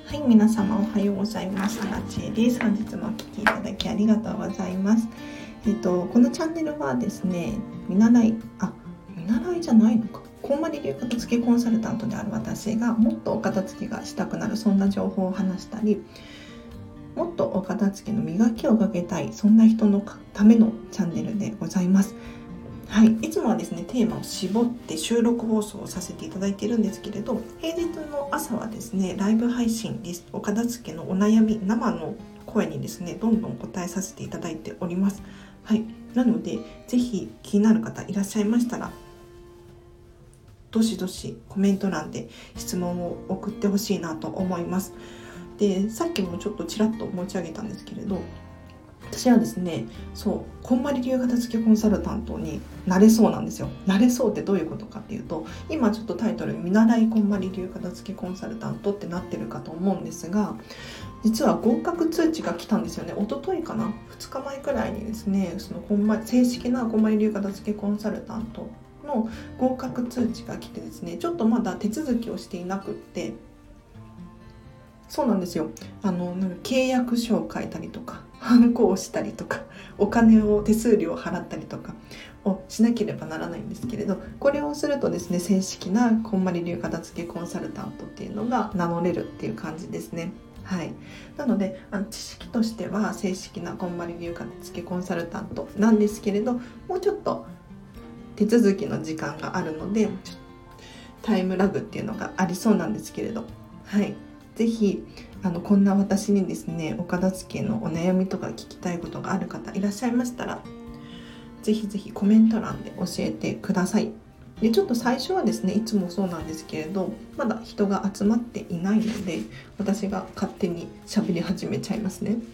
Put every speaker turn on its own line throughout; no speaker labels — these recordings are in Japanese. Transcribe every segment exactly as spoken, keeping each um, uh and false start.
はい、皆様おはようございます。アラチェです。本日もお聞きいただきありがとうございます。えっと、このチャンネルはですね、見習い、あ、見習いじゃないのか。こんまり流片付けコンサルタントである私がもっとお片付けがしたくなる、そんな情報を話したり、もっとお片付けの磨きをかけたい、そんな人のためのチャンネルでございます。はい、いつもはですねテーマを絞って収録放送をさせていただいているんですけれど、平日の朝はですねライブ配信です。お片付けのお悩み、生の声にですねどんどん答えさせていただいております。はい、なのでぜひ気になる方いらっしゃいましたら、どしどしコメント欄で質問を送ってほしいなと思います。で、さっきもちょっとちらっと持ち上げたんですけれど、私はですね、そうこんまり流片付けコンサルタントになれそうなんですよ。なれそうってどういうことかっていうと、今ちょっとタイトル見習いこんまり流片付けコンサルタントってなってるかと思うんですが、実は合格通知が来たんですよね。一昨日かな、ふつかまえくらいにですね、そのこんま正式なこんまり流片付けコンサルタントの合格通知が来てですね、ちょっとまだ手続きをしていなくって、そうなんですよ、あのなんか契約書を書いたりとか、ハンコをしたりとか、お金を手数料を払ったりとかをしなければならないんですけれど、これをするとですね、正式なこんまり流片付けコンサルタントっていうのが名乗れるっていう感じですね。はい、なのであの知識としては正式なこんまり流片付けコンサルタントなんですけれど、もうちょっと手続きの時間があるのでタイムラグっていうのがありそうなんですけれど、はい、ぜひあのこんな私にですねお片付けのお悩みとか聞きたいことがある方いらっしゃいましたら、ぜひぜひコメント欄で教えてください。で、ちょっと最初はですねいつもそうなんですけれど、まだ人が集まっていないので、私が勝手に喋り始めちゃいますね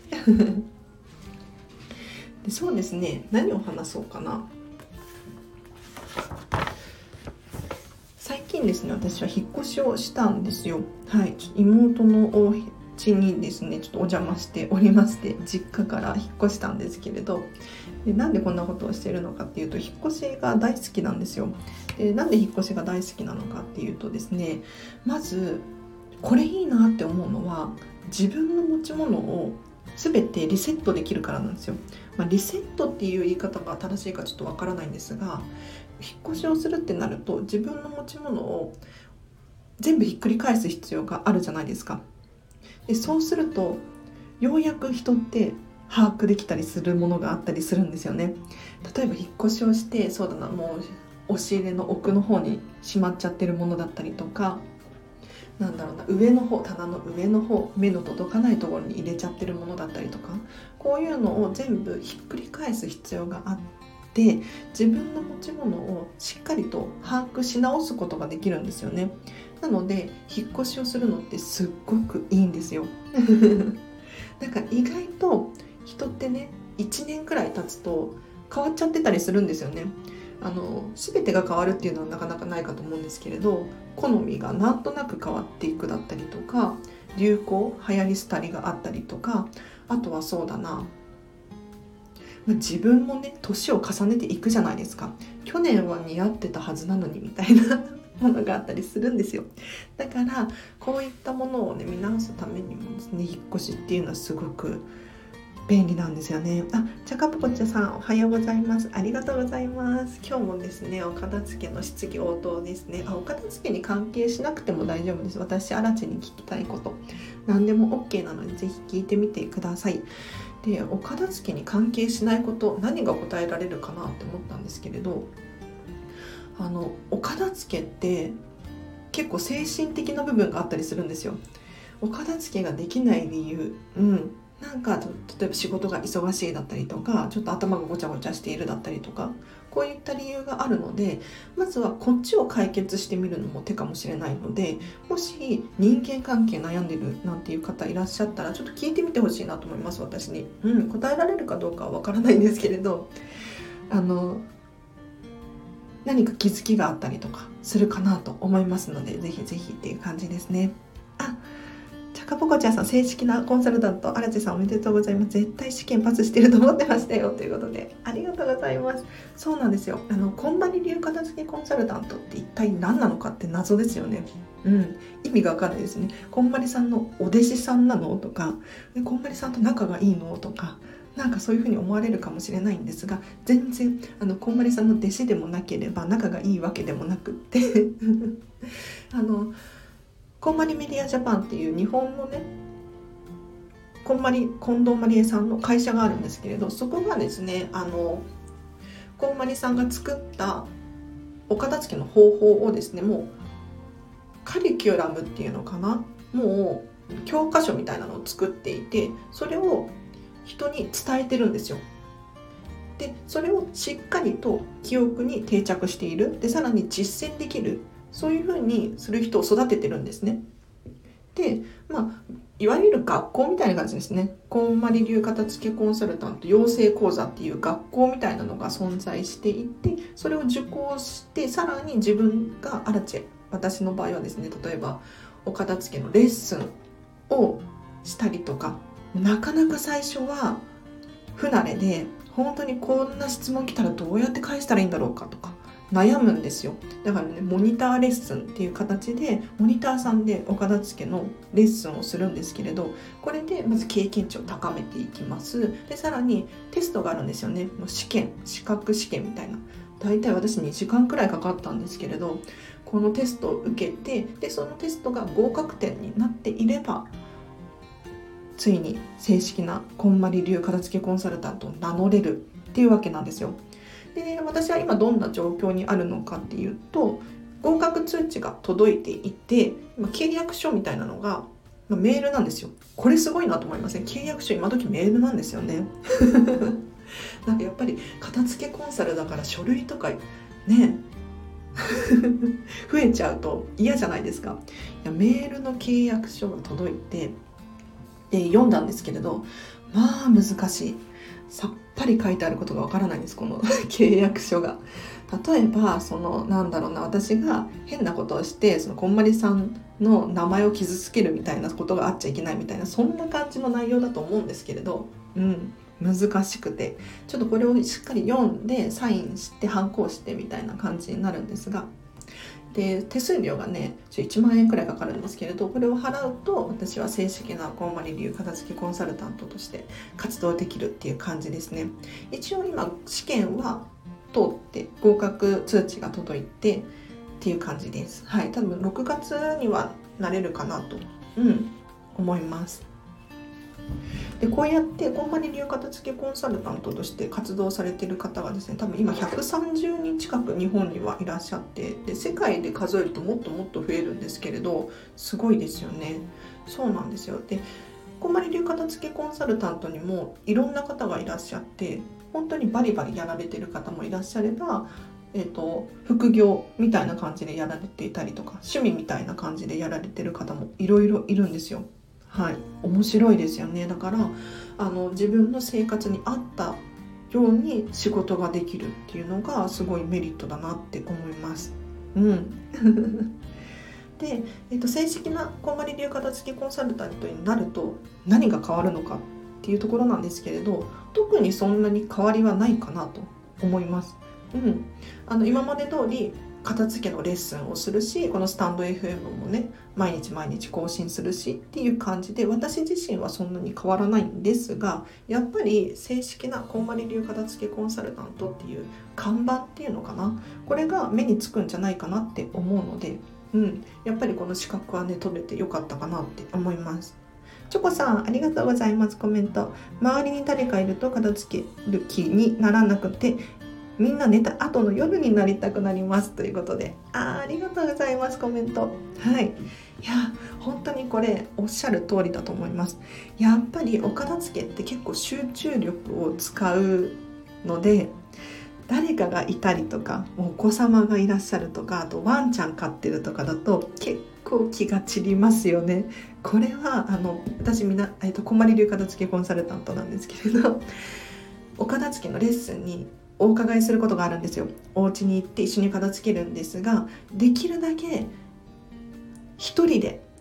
で、そうですね、何を話そうかな。最近ですね、私は引っ越しをしたんですよ。はい、妹のお家にですねちょっとお邪魔しておりまして、実家から引っ越したんですけれど、でなんでこんなことをしているのかっていうと、引っ越しが大好きなんですよ。で、なんで引っ越しが大好きなのかっていうとですね、まずこれいいなって思うのは、自分の持ち物を全てリセットできるからなんですよ。まあ、リセットっていう言い方が正しいかちょっとわからないんですが、引っ越しをするってなると自分の持ち物を全部ひっくり返す必要があるじゃないですか。で、そうするとようやく人って把握できたりするものがあったりするんですよね。例えば引っ越しをして、そうだな、もう押し入れの奥の方にしまっちゃってるものだったりとか、なんだろうな、上の方、棚の上の方、目の届かないところに入れちゃってるものだったりとか、こういうのを全部ひっくり返す必要があって、自分の持ち物をしっかりと把握し直すことができるんですよね。なので引っ越しをするのってすっごくいいんですよなんか意外と人ってね、いちねんくらい経つと変わっちゃってたりするんですよね。あの全てが変わるっていうのはなかなかないかと思うんですけれど、好みがなんとなく変わっていくだったりとか、流行、流行り廃りがあったりとか、あとはそうだな、自分もね年を重ねていくじゃないですか。去年は似合ってたはずなのにみたいなものがあったりするんですよ。だからこういったものをね見直すためにもですね、引っ越しっていうのはすごく便利なんですよね。あ、ちゃかぽこちゃさんおはようございます。ありがとうございます。今日もですねお片付けの質疑応答ですね。あ、お片付けに関係しなくても大丈夫です。私あらちに聞きたいこと何でも OK なので、ぜひ聞いてみてください。で、お片付けに関係しないこと、何が答えられるかなって思ったんですけれど、あのお片付けって結構精神的な部分があったりするんですよ。お片付けができない理由、うんなんか例えば仕事が忙しいだったりとか、ちょっと頭がごちゃごちゃしているだったりとか、こういった理由があるので、まずはこっちを解決してみるのも手かもしれないので、もし人間関係悩んでるなんていう方いらっしゃったら、ちょっと聞いてみてほしいなと思います。私に、うん、答えられるかどうかはわからないんですけれど、あの何か気づきがあったりとかするかなと思いますので、ぜひぜひっていう感じですね。あ、ちかぽこちゃんさん、正式なコンサルタント、荒地さんおめでとうございます。絶対試験パスしてると思ってましたよということで、ありがとうございます。そうなんですよ。あのこんまり流片付けコンサルタントって一体何なのかって謎ですよね。うん、意味がわかんないですね。こんまりさんのお弟子さんなのとか、こんまりさんと仲がいいのとか、なんかそういうふうに思われるかもしれないんですが、全然あのこんまりさんの弟子でもなければ仲がいいわけでもなくってあのこんまりメディアジャパンっていう日本のね、こんまり近藤まりえさんの会社があるんですけれど、そこがですね、あのこんまりさんが作ったお片付けの方法をですね、もうカリキュラムっていうのかな、もう教科書みたいなのを作っていて、それを人に伝えてるんですよ。でそれをしっかりと記憶に定着している、でさらに実践できる、そういうふうにする人を育ててるんですね。で、まあ、いわゆる学校みたいな感じですね。こんまり流片付けコンサルタント養成講座っていう学校みたいなのが存在していて、それを受講して、さらに自分がアラチェ、私の場合はですね、例えばお片付けのレッスンをしたりとか、なかなか最初は不慣れで、本当にこんな質問来たらどうやって返したらいいんだろうかとか悩むんですよ。だからね、モニターレッスンっていう形でモニターさんでお片付けのレッスンをするんですけれど、これでまず経験値を高めていきます。でさらにテストがあるんですよね。もう試験、資格試験みたいな、だいたい私にじかんくらいかかったんですけれど、このテストを受けて、でそのテストが合格点になっていれば、ついに正式なこんまり流片付けコンサルタントを名乗れるっていうわけなんですよ。で私は今どんな状況にあるのかっていうと、合格通知が届いていて、契約書みたいなのがメールなんですよ。これすごいなと思いません？契約書今時メールなんですよねなんかやっぱり片付けコンサルだから書類とかね増えちゃうと嫌じゃないですか。いや、メールの契約書が届いて、で読んだんですけれど、まあ難しい。さっぱり書いてあることがわからないんです、この契約書が。例えばそのなんだろうな、私が変なことをして、そのこんまりさんの名前を傷つけるみたいなことがあっちゃいけないみたいな、そんな感じの内容だと思うんですけれど、うん難しくて、ちょっとこれをしっかり読んでサインしてハンコしてみたいな感じになるんですが、で手数料がねいちまんえんくらいかかるんですけれど、これを払うと私は正式なこんまり流片付けコンサルタントとして活動できるっていう感じですね。一応今試験は通って合格通知が届いてっていう感じです。はい、多分ろくがつにはなれるかなと、うん、思います。でこうやってこんまり流片付けコンサルタントとして活動されている方がですね、多分今ひゃくさんじゅうにん近く日本にはいらっしゃって、で世界で数えるともっともっと増えるんですけれど、すごいですよね。そうなんですよ。でこんまり流片付けコンサルタントにもいろんな方がいらっしゃって、本当にバリバリやられてる方もいらっしゃれば、えーと、副業みたいな感じでやられていたりとか、趣味みたいな感じでやられてる方もいろいろいるんですよ。はい、面白いですよね。だからあの自分の生活に合ったように仕事ができるっていうのがすごいメリットだなって思います。うんで、えーと、正式なこんまり流片付けコンサルタントになると何が変わるのかっていうところなんですけれど、特にそんなに変わりはないかなと思います。うん、あの今まで通り片付けのレッスンをするし、このスタンド エフエム もね毎日毎日更新するしっていう感じで、私自身はそんなに変わらないんですが、やっぱり正式なこんまり流片付けコンサルタントっていう看板っていうのかな、これが目につくんじゃないかなって思うので、うん、やっぱりこの資格はね取れてよかったかなって思います。チョコさんありがとうございます。コメント、周りに誰かいると片付ける気にならなくて、みんな寝た後の夜になりたくなりますということで、あ, ありがとうございます。コメント、はい、いや本当にこれおっしゃる通りだと思います。やっぱりお片付けって結構集中力を使うので、誰かがいたりとかお子様がいらっしゃるとか、あとワンちゃん飼ってるとかだと結構気が散りますよね。これはあの私みな、えっと、こんまり流片付けコンサルタントなんですけれど、お片付けのレッスンにお伺いすることがあるんですよ。お家に行って一緒に片付けるんですが、できるだけ一人で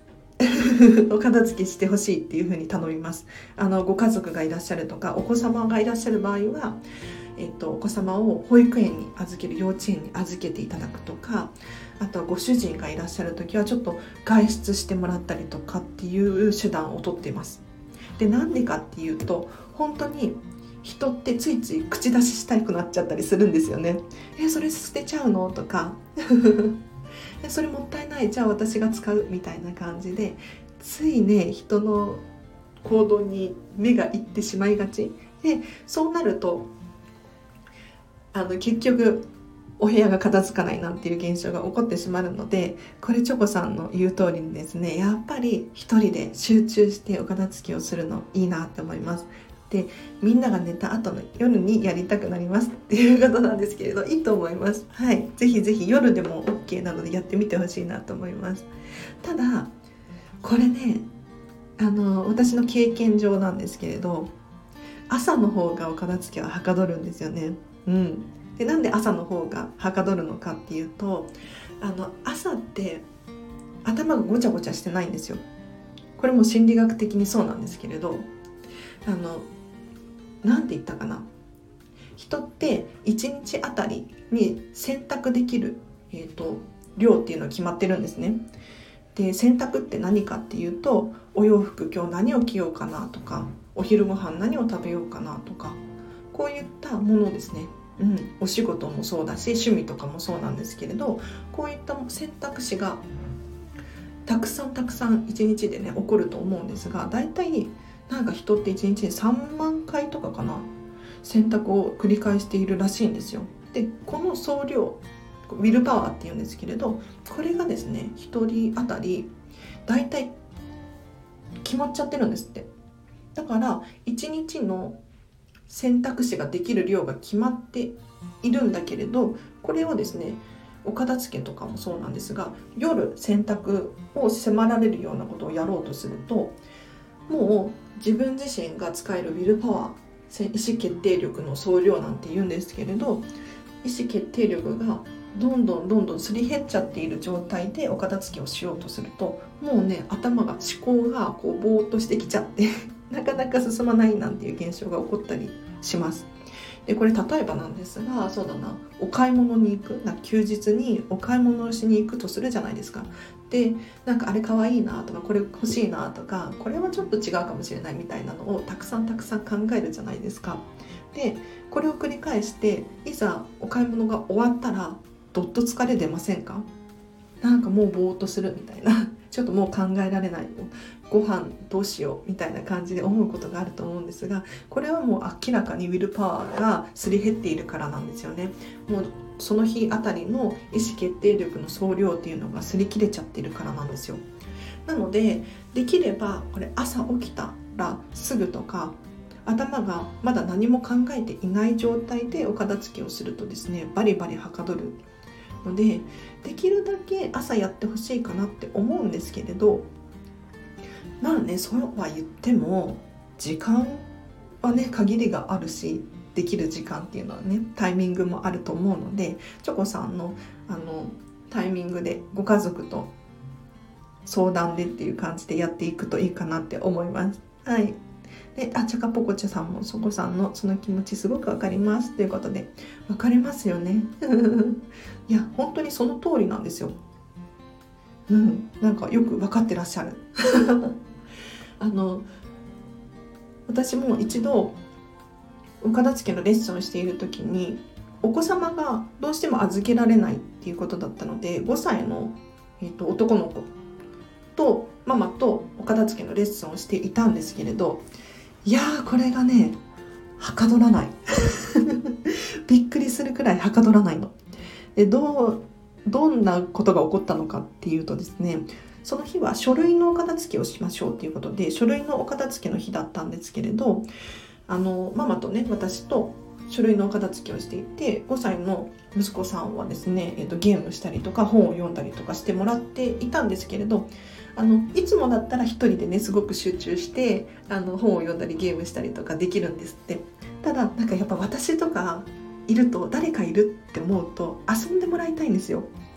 お片付けしてほしいっていうふうに頼みます。あのご家族がいらっしゃるとかお子様がいらっしゃる場合は、えっと、お子様を保育園に預ける、幼稚園に預けていただくとか、あとはご主人がいらっしゃる時はちょっと外出してもらったりとかっていう手段をとっています。でなんでかっていうと、本当に人ってついつい口出ししたくなっちゃったりするんですよね。えそれ捨てちゃうのとかそれもったいない、じゃあ私が使うみたいな感じで、ついね人の行動に目がいってしまいがちで、そうなるとあの結局お部屋が片付かないなんていう現象が起こってしまうので、これチョコさんの言う通りにですね、やっぱり一人で集中してお片付けをするのいいなって思います。でみんなが寝た後の夜にやりたくなりますっていうことなんですけれど、いいと思います。はい、ぜひぜひ夜でも OK なのでやってみてほしいなと思います。ただこれね、あの私の経験上なんですけれど、朝の方がお片付けははかどるんですよね。うん、でなんで朝の方がはかどるのかっていうと、あの朝って頭がごちゃごちゃしてないんですよ。これも心理学的にそうなんですけれど、あのなんて言ったかな、人っていちにちあたりに選択できる、えーと、量っていうのが決まってるんですね。で選択って何かっていうと、お洋服今日何を着ようかなとか、お昼ご飯何を食べようかなとか、こういったものですね。うん、お仕事もそうだし趣味とかもそうなんですけれど、こういった選択肢がたくさんたくさんいちにちでね起こると思うんですが、だいたいなんか人っていちにちにさんまんかいとかかな、選択を繰り返しているらしいんですよ。でこの総量、ウィルパワーっていうんですけれど、これがですねひとり当たりだいたい決まっちゃってるんですって。だからいちにちの選択肢ができる量が決まっているんだけれど、これをですねお片付けとかもそうなんですが、夜選択を迫られるようなことをやろうとすると、もう自分自身が使えるウィルパワー、意思決定力の総量なんて言うんですけれど、意思決定力がどんどんどんどんすり減っちゃっている状態でお片付けをしようとすると、もうね頭が思考がこうぼーっとしてきちゃってなかなか進まないなんていう現象が起こったりします。でこれ例えばなんですが、そうだな、お買い物に行くな、休日にお買い物をしに行くとするじゃないですか。でなんかあれかわいいなとか、これ欲しいなとか、これはちょっと違うかもしれないみたいなのをたくさんたくさん考えるじゃないですか。でこれを繰り返して、いざお買い物が終わったらどっと疲れ出ませんか？なんかもうぼーっとするみたいなちょっともう考えられない、ご飯どうしようみたいな感じで思うことがあると思うんですが、これはもう明らかにウィルパワーがすり減っているからなんですよね。もうその日あたりの意思決定力の総量っていうのがすり切れちゃっているからなんですよ。なのでできればこれ朝起きたらすぐとか、頭がまだ何も考えていない状態でお片付けをするとですね、バリバリはかどるので、できるだけ朝やってほしいかなって思うんですけれど、まあね、そうは言っても時間はね限りがあるし、できる時間っていうのはねタイミングもあると思うので、チョコさんのあのタイミングでご家族と相談でっていう感じでやっていくといいかなって思います。はい。で、あ、チャカポコチャさんもそこさんのその気持ちすごくわかりますということで、わかりますよねいや本当にその通りなんですよ。うん、なんかよく分かってらっしゃるあの私も一度お片付けのレッスンをしている時に、お子様がどうしても預けられないっていうことだったので、ごさいの、えーと、男の子とママとお片付けのレッスンをしていたんですけれど、いやーこれがねはかどらないびっくりするくらいはかどらないので、どうどんなことが起こったのかっていうとですね、その日は書類のお片付けをしましょうということで、書類のお片付けの日だったんですけれど、あのママとね私と書類のお片付けをしていて、ごさいの息子さんはですね、えーと、ゲームしたりとか本を読んだりとかしてもらっていたんですけれど、あのいつもだったら一人でねすごく集中してあの本を読んだりゲームしたりとかできるんですって。ただなんかやっぱ私とかいると、誰かいるって思うと遊んでもらいたいんですよ。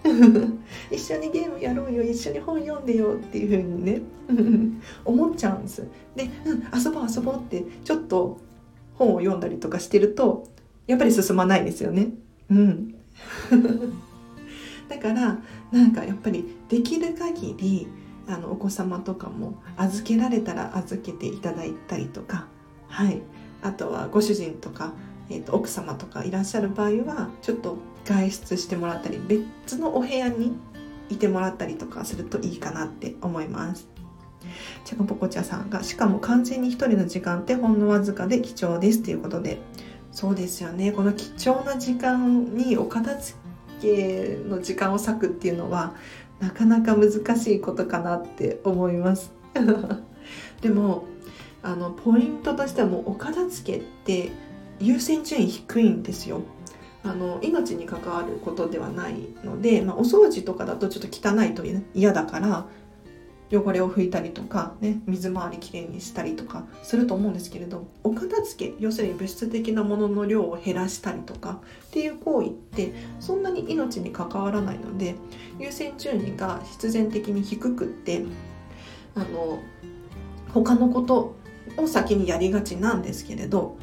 一緒にゲームやろうよ、一緒に本読んでよっていう風にね思っちゃうんです。で、うん、遊ぼう遊ぼうってちょっと本を読んだりとかしてるとやっぱり進まないですよね。うんだからなんかやっぱりできる限りあのお子様とかも預けられたら預けていただいたりとか、はい、あとはご主人とか、えーと、奥様とかいらっしゃる場合はちょっと外出してもらったり別のお部屋にいてもらったりとかするといいかなって思います。ちゃかぽこちゃさんが、しかも完全に一人の時間ってほんのわずかで貴重ですということで、そうですよね。この貴重な時間にお片付けの時間を割くっていうのはなかなか難しいことかなって思いますでもあのポイントとしてはもうお片付けって優先順位低いんですよ。あの命に関わることではないので、まあ、お掃除とかだとちょっと汚いと嫌だから汚れを拭いたりとか、ね、水回りきれいにしたりとかすると思うんですけれど、お片付け、要するに物質的なものの量を減らしたりとかっていう行為ってそんなに命に関わらないので、優先順位が必然的に低くって、あの他のことを先にやりがちなんですけれど、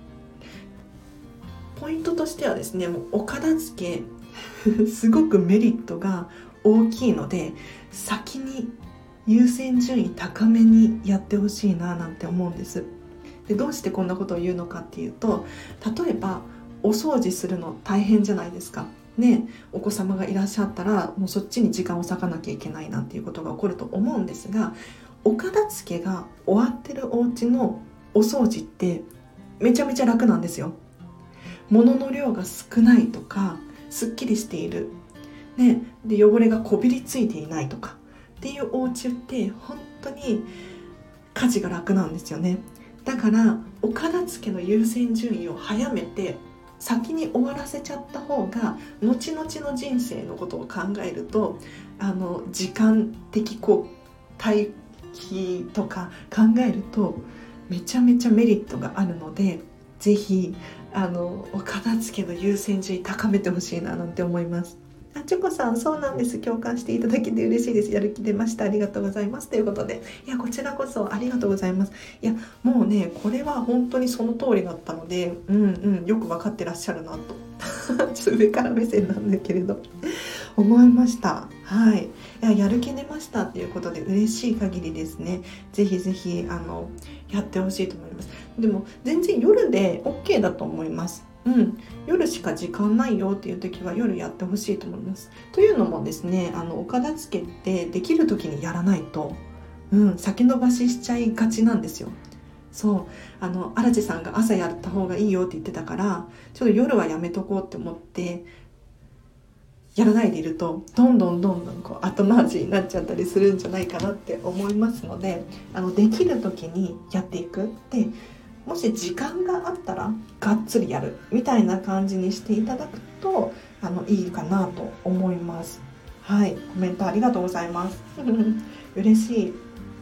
ポイントとしてはですね、もうお片付けすごくメリットが大きいので、先に優先順位高めにやってほしいななんて思うんです。で、どうしてこんなことを言うのかっていうと、例えばお掃除するの大変じゃないですかね。お子様がいらっしゃったらもうそっちに時間を割かなきゃいけないなんていうことが起こると思うんですが、お片付けが終わってるお家のお掃除ってめちゃめちゃ楽なんですよ。物の量が少ないとか、すっきりしている、ね、で汚れがこびりついていないとかっていうお家って本当に家事が楽なんですよね。だからお片付けの優先順位を早めて先に終わらせちゃった方が、後々の人生のことを考えると、あの時間的こう待機とか考えるとめちゃめちゃメリットがあるので、ぜひあのお片付けの優先順位高めてほしいななんて思います。あ、チョコさん、そうなんです。共感していただけて嬉しいです。やる気出ました。ありがとうございます。ということで、いや、こちらこそありがとうございます。いや、もうね、これは本当にその通りだったので、うんうん、よく分かってらっしゃるなと。ちょっと上から目線なんだけれど、思いました。はい。いや、やる気出ましたっていうことで嬉しい限りですね。ぜひぜひ、あの、やってほしいと思います。でも、全然夜で OK だと思います。うん、夜しか時間ないよっていう時は夜やってほしいと思います。というのもですね、あのお片付けってできる時にやらないと、うん、先延ばししちゃいがちなんですよ。そう、あの荒地さんが朝やった方がいいよって言ってたから、ちょっと夜はやめとこうって思ってやらないでいると、どんどんどんどんこう後回しになっちゃったりするんじゃないかなって思いますので、あのできる時にやっていく。で、もし時間があったらがっつりやるみたいな感じにしていただくと、あのいいかなと思います。はい、コメントありがとうございます嬉しい。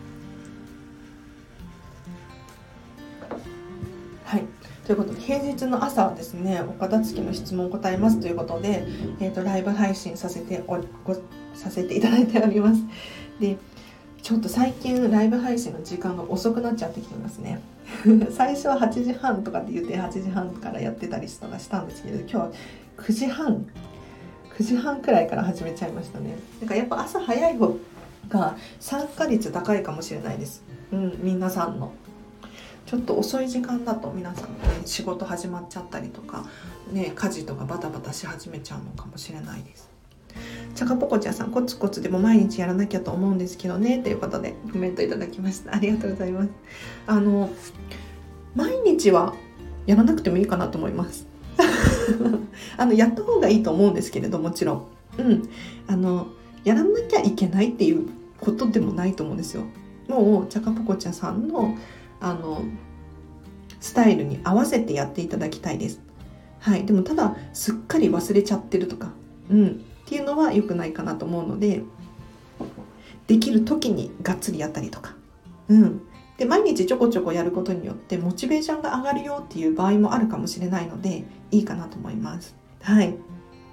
はい、ということで、平日の朝はですね、お片付けの質問を答えますということで、えーと、ライブ配信させておごさせていただいております。で、ちょっと最近ライブ配信の時間が遅くなっちゃってきてますね最初ははちじはんとかって言ってはちじはんからやってたりとかしたんですけど、今日はくじはんくじはんくらいから始めちゃいましたね。だからやっぱ朝早い方が参加率高いかもしれないです。うん、皆さんのちょっと遅い時間だと皆さん、ね、仕事始まっちゃったりとか、ね、家事とかバタバタし始めちゃうのかもしれないです。チャカポコちゃんさん、コツコツでも毎日やらなきゃと思うんですけどねということでコメントいただきました。ありがとうございます。あの毎日はやらなくてもいいかなと思いますあのやった方がいいと思うんですけれど、もちろん、うん、あのやらなきゃいけないっていうことでもないと思うんですよ。もうチャカポコちゃんさんのあのスタイルに合わせてやっていただきたいです。はい、でもただすっかり忘れちゃってるとか、うんっていうのは良くないかなと思うので、できる時にがっつりやったりとか、うん、で毎日ちょこちょこやることによってモチベーションが上がるよっていう場合もあるかもしれないので、いいかなと思います。はい、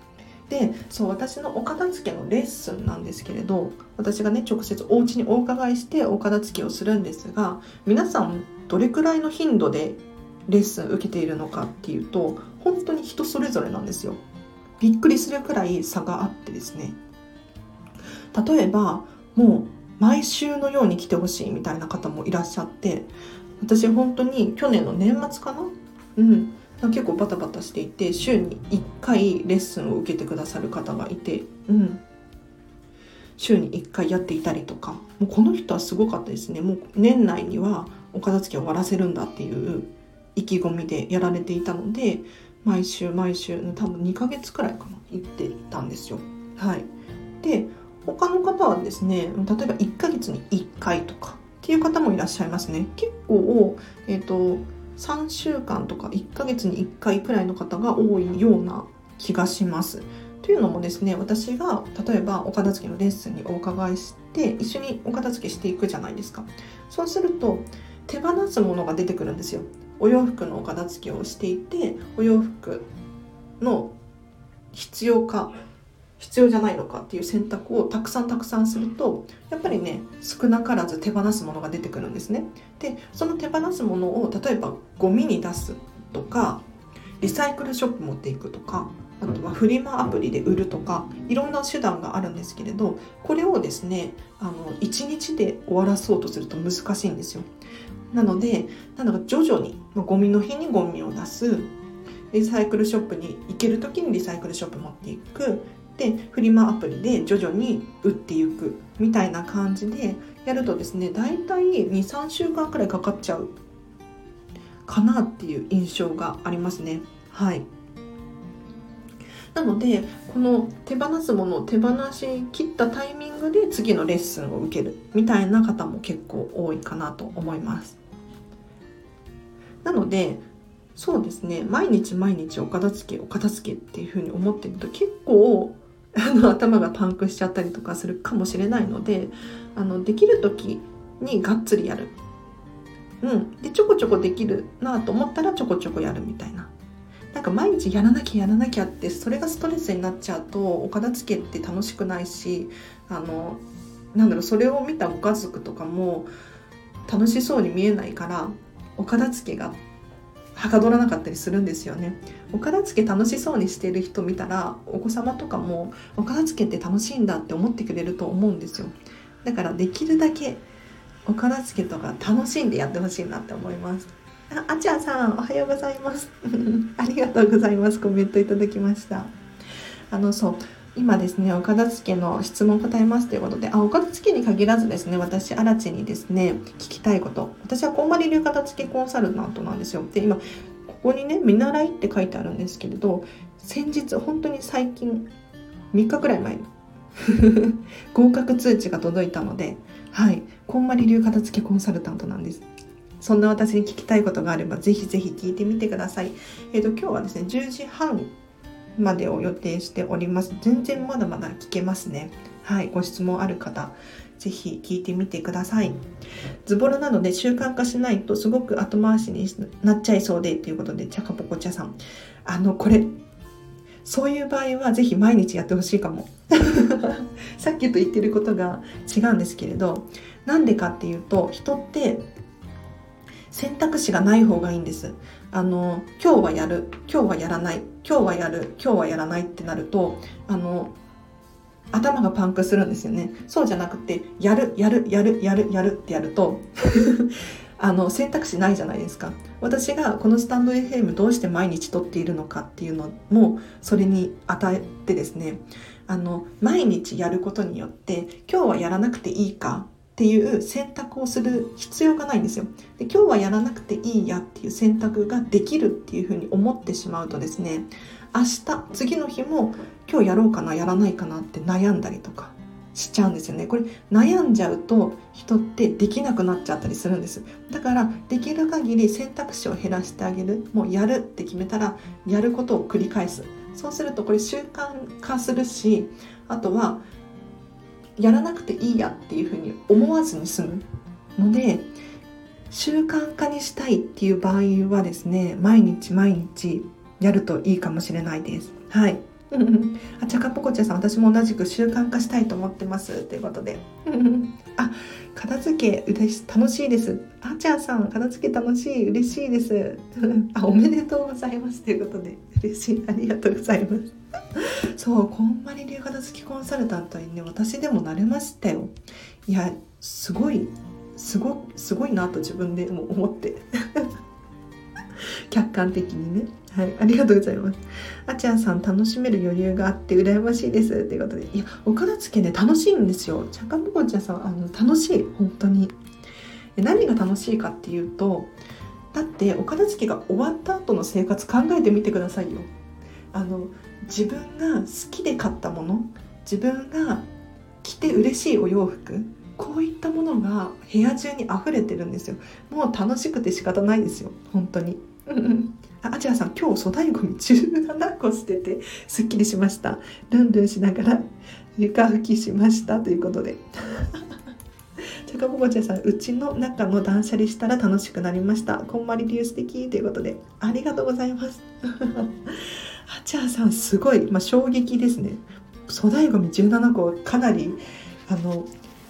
で、そう私のお片付けのレッスンなんですけれど、私がね直接お家にお伺いしてお片付けをするんですが、皆さんどれくらいの頻度でレッスン受けているのかっていうと、本当に人それぞれなんですよ。びっくりするくらい差があってですね、例えばもう毎週のように来てほしいみたいな方もいらっしゃって、私本当に去年の年末かな、うん結構バタバタしていて、週にいっかいレッスンを受けてくださる方がいて、うん、週にいっかいやっていたりとか、もうこの人はすごかったですね。もう年内にはお片付けを終わらせるんだっていう意気込みでやられていたので、毎週毎週多分にかげつくらいかな行っていたんですよ。はい。で、他の方はですね、例えばいっかげつにいっかいとかっていう方もいらっしゃいますね。結構、えっとさんしゅうかんとかいっかげつにいっかいくらいの方が多いような気がします。というのもですね、私が例えばお片付けのレッスンにお伺いして一緒にお片付けしていくじゃないですか。そうすると手放すものが出てくるんですよ。お洋服のお片付けをしていて、お洋服の必要か必要じゃないのかっていう選択をたくさんたくさんすると、やっぱりね少なからず手放すものが出てくるんですね。で、その手放すものを例えばゴミに出すとか、リサイクルショップ持っていくとか、あとはフリマアプリで売るとか、いろんな手段があるんですけれど、これをですねあのいちにちで終わらそうとすると難しいんですよ。なので、なんだか徐々にゴミの日にゴミを出す、リサイクルショップに行ける時にリサイクルショップ持っていく、でフリマアプリで徐々に売っていくみたいな感じでやるとですね、だいたい にさんしゅうかんくらいかかっちゃうかなっていう印象がありますね。はい。なので、この手放すものを手放し切ったタイミングで次のレッスンを受けるみたいな方も結構多いかなと思います。なので、そうですね、毎日毎日お片付けお片付けっていう風に思ってると結構あの頭がパンクしちゃったりとかするかもしれないので、あのできる時にがっつりやる、うん、でちょこちょこできるなと思ったらちょこちょこやるみたいな。なんか毎日やらなきゃやらなきゃってそれがストレスになっちゃうとお片付けって楽しくないし、あのなんだろう、それを見たご家族とかも楽しそうに見えないからお片付けがはかどらなかったりするんですよね。お片付け楽しそうにしている人見たらお子様とかもお片付けって楽しいんだって思ってくれると思うんですよ。だからできるだけお片付けとか楽しんでやってほしいなって思います。あ、あちゃさんおはようございますありがとうございます。コメントいただきました。あのそう今ですね、お片付けの質問答えますということで、あ、お片付けに限らずですね、私アラチにですね聞きたいこと、私はこんまり流片付けコンサルタントなんですよ。で、今ここにね見習いって書いてあるんですけれど、先日本当に最近みっかくらい前に合格通知が届いたので、はい、こんまり流片付けコンサルタントなんです。そんな私に聞きたいことがあればぜひぜひ聞いてみてください。えーと、今日はですねじゅうじはんまでを予定しております。全然まだまだ聞けますね。はい、ご質問ある方ぜひ聞いてみてください。ズボラなので習慣化しないとすごく後回しになっちゃいそうでということで、ちゃかぽこちゃさん、あのこれそういう場合はぜひ毎日やってほしいかもさっきと言ってることが違うんですけれど、なんでかっていうと、人って選択肢がない方がいいんです。あの今日はやる、今日はやらない、今日はやる、今日はやらないってなると、あの頭がパンクするんですよね。そうじゃなくて、やるやるやるやるやるってやるとあの選択肢ないじゃないですか。私がこのスタンド エフエム どうして毎日撮っているのかっていうのもそれに与えてですね、あの毎日やることによって今日はやらなくていいかっていう選択をする必要がないんですよ。で、今日はやらなくていいやっていう選択ができるっていうふうに思ってしまうとですね、明日次の日も今日やろうかなやらないかなって悩んだりとかしちゃうんですよね。これ悩んじゃうと人ってできなくなっちゃったりするんです。だからできる限り選択肢を減らしてあげる。もうやるって決めたらやることを繰り返す。そうするとこれ習慣化するし、あとはやらなくていいやっていうふうに思わずに済むので、習慣化にしたいっていう場合はですね、毎日毎日やるといいかもしれないです。はい。 うんうん、あ、ちゃかぽこちゃさん、私も同じく習慣化したいと思ってますということで、うんうん、あ、片付け嬉し楽しいです。あちゃんさん、片付け楽しい、嬉しいです。あ、おめでとうございますということで、嬉しい、ありがとうございます。そう、こんまり流片付きコンサルタントにね、私でもなれましたよ。いや、すごいすごすごいなと自分でも思って客観的にね、はい、ありがとうございます。あちゃんさん、楽しめる余裕があって羨ましいですということで、いや、お片付けね、楽しいんですよ。ちゃかぽこちゃんさん、あの楽しい、本当に。何が楽しいかっていうと、だってお片付けが終わった後の生活考えてみてくださいよ。あの自分が好きで買ったもの、自分が着て嬉しいお洋服、こういったものが部屋中に溢れてるんですよ。もう楽しくて仕方ないですよ、本当に。あちらさん、今日粗大ごみじゅうななこ捨ててすっきりしました。ルンルンしながら床拭きしましたということでちゃかぽこちゃんさん、うちの中の断捨離したら楽しくなりました。こんまり流素敵ということで、ありがとうございますあちゃさん、すごい、まあ、衝撃ですね。粗大ごみじゅうななこ、かなりあの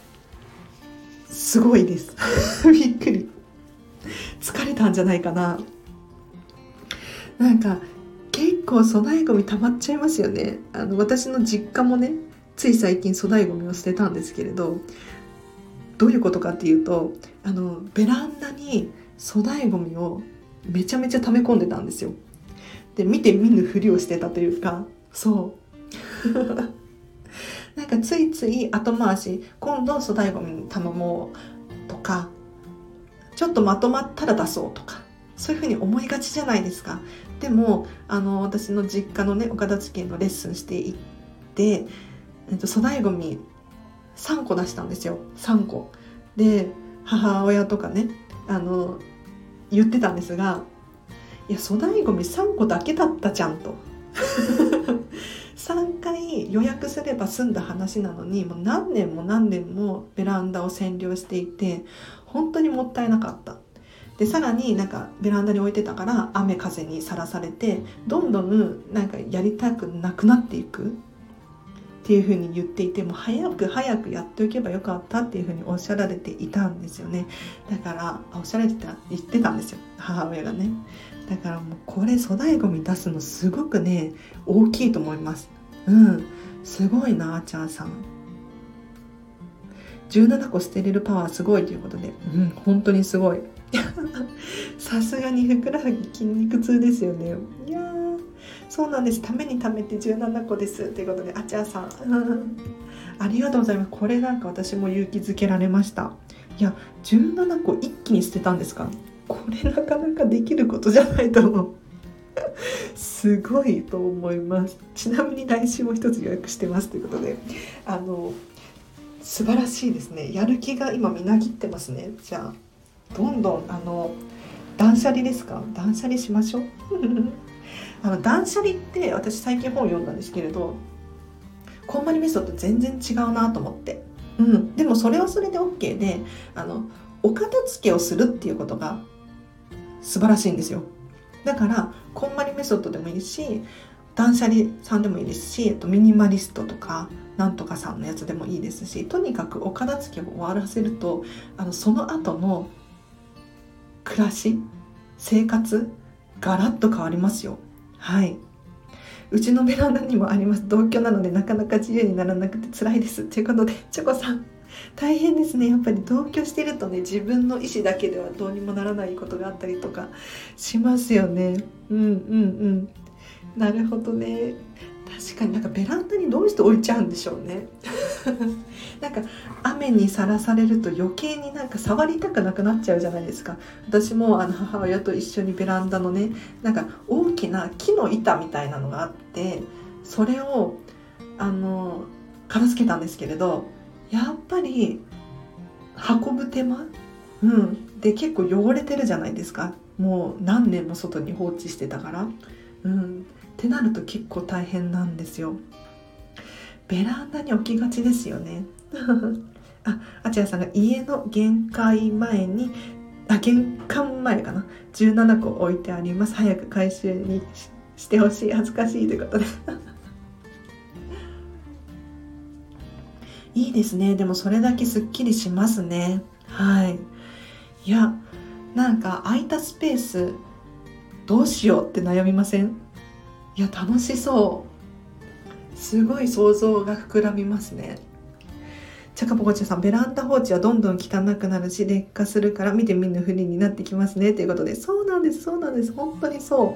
すごいですびっくり。疲れたんじゃないかな。なんか結構粗大ごみ溜まっちゃいますよね。あの私の実家もね、つい最近粗大ごみを捨てたんですけれど、どういうことかっていうと、あのベランダに粗大ごみをめちゃめちゃ溜め込んでたんですよ。で、見て見ぬふりをしてたというか、そうなんかついつい後回し、今度粗大ごみに頼もうとか、ちょっとまとまったら出そうとか、そういうふうに思いがちじゃないですか。でもあの私の実家のね、お片付けのレッスンしていって、えっと、粗大ごみさんこ出したんですよ。さんこで、母親とかね、あの言ってたんですが、いや、粗大ごみさんこだけだったじゃんとさんかい予約すれば済んだ話なのに、もう何年も何年もベランダを占領していて、本当にもったいなかった。で、さらになんかベランダに置いてたから雨風にさらされて、どんどんなんかやりたくなくなっていくっていう風に言っていて、もう早く早くやっておけばよかったっていう風におっしゃられていたんですよね。だからおっしゃられてた言ってたんですよ、母親がね。だからもうこれ粗大ごみ出すのすごくね、大きいと思います。うん、すごいな、あちゃんさん。じゅうななこ捨てれるパワーすごいということで、うん、本当にすごいさすがにふくらはぎ筋肉痛ですよね。いやー、そうなんです。ためにためてじゅうななこですということで、あちゃんさんありがとうございます。これなんか私も勇気づけられました。いや、じゅうななこ一気に捨てたんですか。これなかなかできることじゃないと思うすごいと思います。ちなみに来週も一つ予約してますということで、あの素晴らしいですね。やる気が今みなぎってますね。じゃあどんどんあの断捨離ですか。断捨離しましょうあの断捨離って私最近本読んだんですけれど、こんまりメソッド全然違うなと思って、うん、でもそれはそれで OK で、あのお片付けをするっていうことが素晴らしいんですよ。だからこんまりメソッドでもいいし、断捨離さんでもいいですし、とミニマリストとかなんとかさんのやつでもいいですし、とにかくお片付けを終わらせると、あのその後の暮らし、生活ガラッと変わりますよ。はい、うちのベランダにもあります。同居なのでなかなか自由にならなくて辛いですということで、チョコさん大変ですね。やっぱり同居してるとね、自分の意思だけではどうにもならないことがあったりとかしますよね。うんうんうん。なるほどね。確かになんかベランダにどうして置いちゃうんでしょうねなんか雨にさらされると余計になんか触りたくなくなっちゃうじゃないですか。私もあの母親と一緒にベランダのね、なんか大きな木の板みたいなのがあって、それをあの片付けたんですけれど、やっぱり運ぶ手間、うん、で結構汚れてるじゃないですか。もう何年も外に放置してたから、うん、ってなると結構大変なんですよ。ベランダに置きがちですよねあ、あちらさんが家の玄関前にあ玄関前かなじゅうななこ置いてあります。早く回収に し, してほしい、恥ずかしいということでいいですね。でもそれだけすっきりしますね。はい。いや、なんか空いたスペースどうしようって悩みません？いや、楽しそう。すごい想像が膨らみますね。チャカポコチャさん、ベランダ放置はどんどん汚くなるし劣化するから見て見ぬふりになってきますねということで、そうなんです、そうなんです、本当にそう。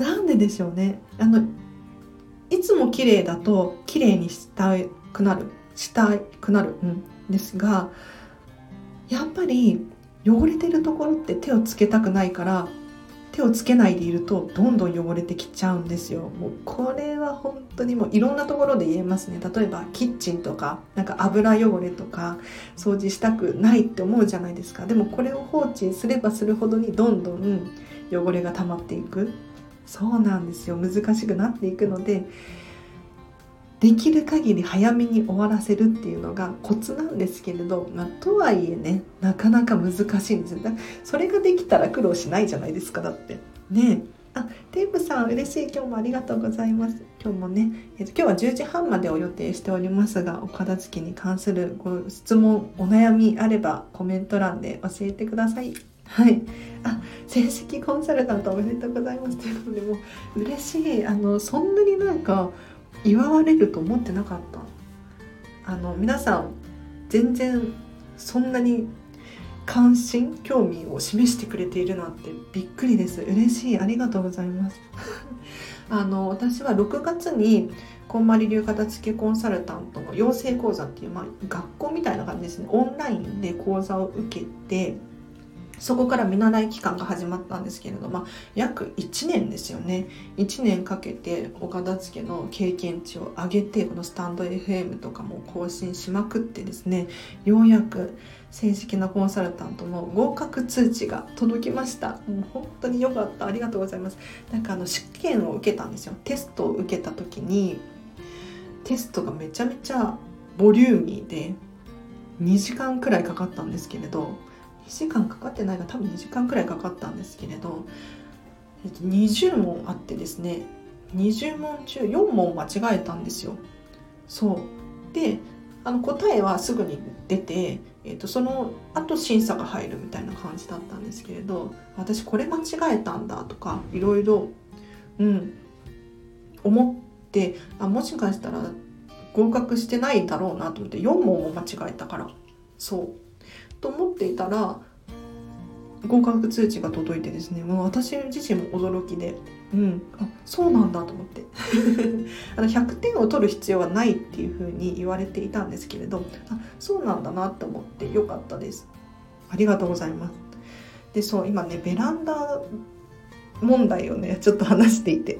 なんででしょうね。あのいつも綺麗だと綺麗にしたくなるしたくなる、うん、ですが、やっぱり汚れてるところって手をつけたくないから、手をつけないでいるとどんどん汚れてきちゃうんですよ。もうこれは本当にもういろんなところで言えますね。例えばキッチンとか、なんか油汚れとか掃除したくないって思うじゃないですか。でもこれを放置すればするほどにどんどん汚れが溜まっていく。そうなんですよ。難しくなっていくので、できる限り早めに終わらせるっていうのがコツなんですけれど、まあ、とはいえね、なかなか難しいんですよ。だそれができたら苦労しないじゃないですか。だってね。あ、テープさん嬉しい、今日もありがとうございます。今日もね、えーと、今日はじゅうじはんまでを予定しておりますが、お片付けに関するご質問、お悩みあればコメント欄で教えてください。はい、あ、成績コンサルタントおめでとうございますということで、もう嬉しい。あのそんなになんか祝われると思ってなかった。あの皆さん全然そんなに関心興味を示してくれているなんてびっくりです。嬉しい、ありがとうございますあの私はろくがつにこんまり流片付けコンサルタントの養成講座っていう、まあ、学校みたいな感じですね。オンラインで講座を受けて、そこから見習い期間が始まったんですけれど、まあ、約いちねんですよね。いちねんかけてお片付けの経験値を上げて、このスタンド エフエム とかも更新しまくってですね、ようやく正式なコンサルタントの合格通知が届きました。もう本当に良かった、ありがとうございます。なんかあの試験を受けたんですよ。テストを受けた時に、テストがめちゃめちゃボリューミーでにじかんくらいかかったんですけれど、にじかんかかってないが多分にじかんくらいかかったんですけれど、えっと、にじゅうもんあってですね、にじゅうもん中よんもん間違えたんですよ。そうで、あの答えはすぐに出て、えっと、その後審査が入るみたいな感じだったんですけれど、私これ間違えたんだとかいろいろ、うん、思って、あ、もしかしたら合格してないだろうなと思って、よんもんも間違えたから、そうと思っていたら合格通知が届いてですね、もう私自身も驚きで、うん、あ、そうなんだと思ってあのひゃくてんを取る必要はないっていう風に言われていたんですけれど、あ、そうなんだなと思ってよかったです。ありがとうございます。で、そう今ねベランダ問題をねちょっと話していて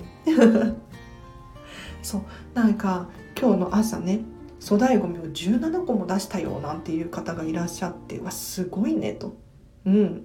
そうなんか今日の朝ね、粗大ごみをじゅうななこも出したよなんていう方がいらっしゃって、わ、すごいねと。うん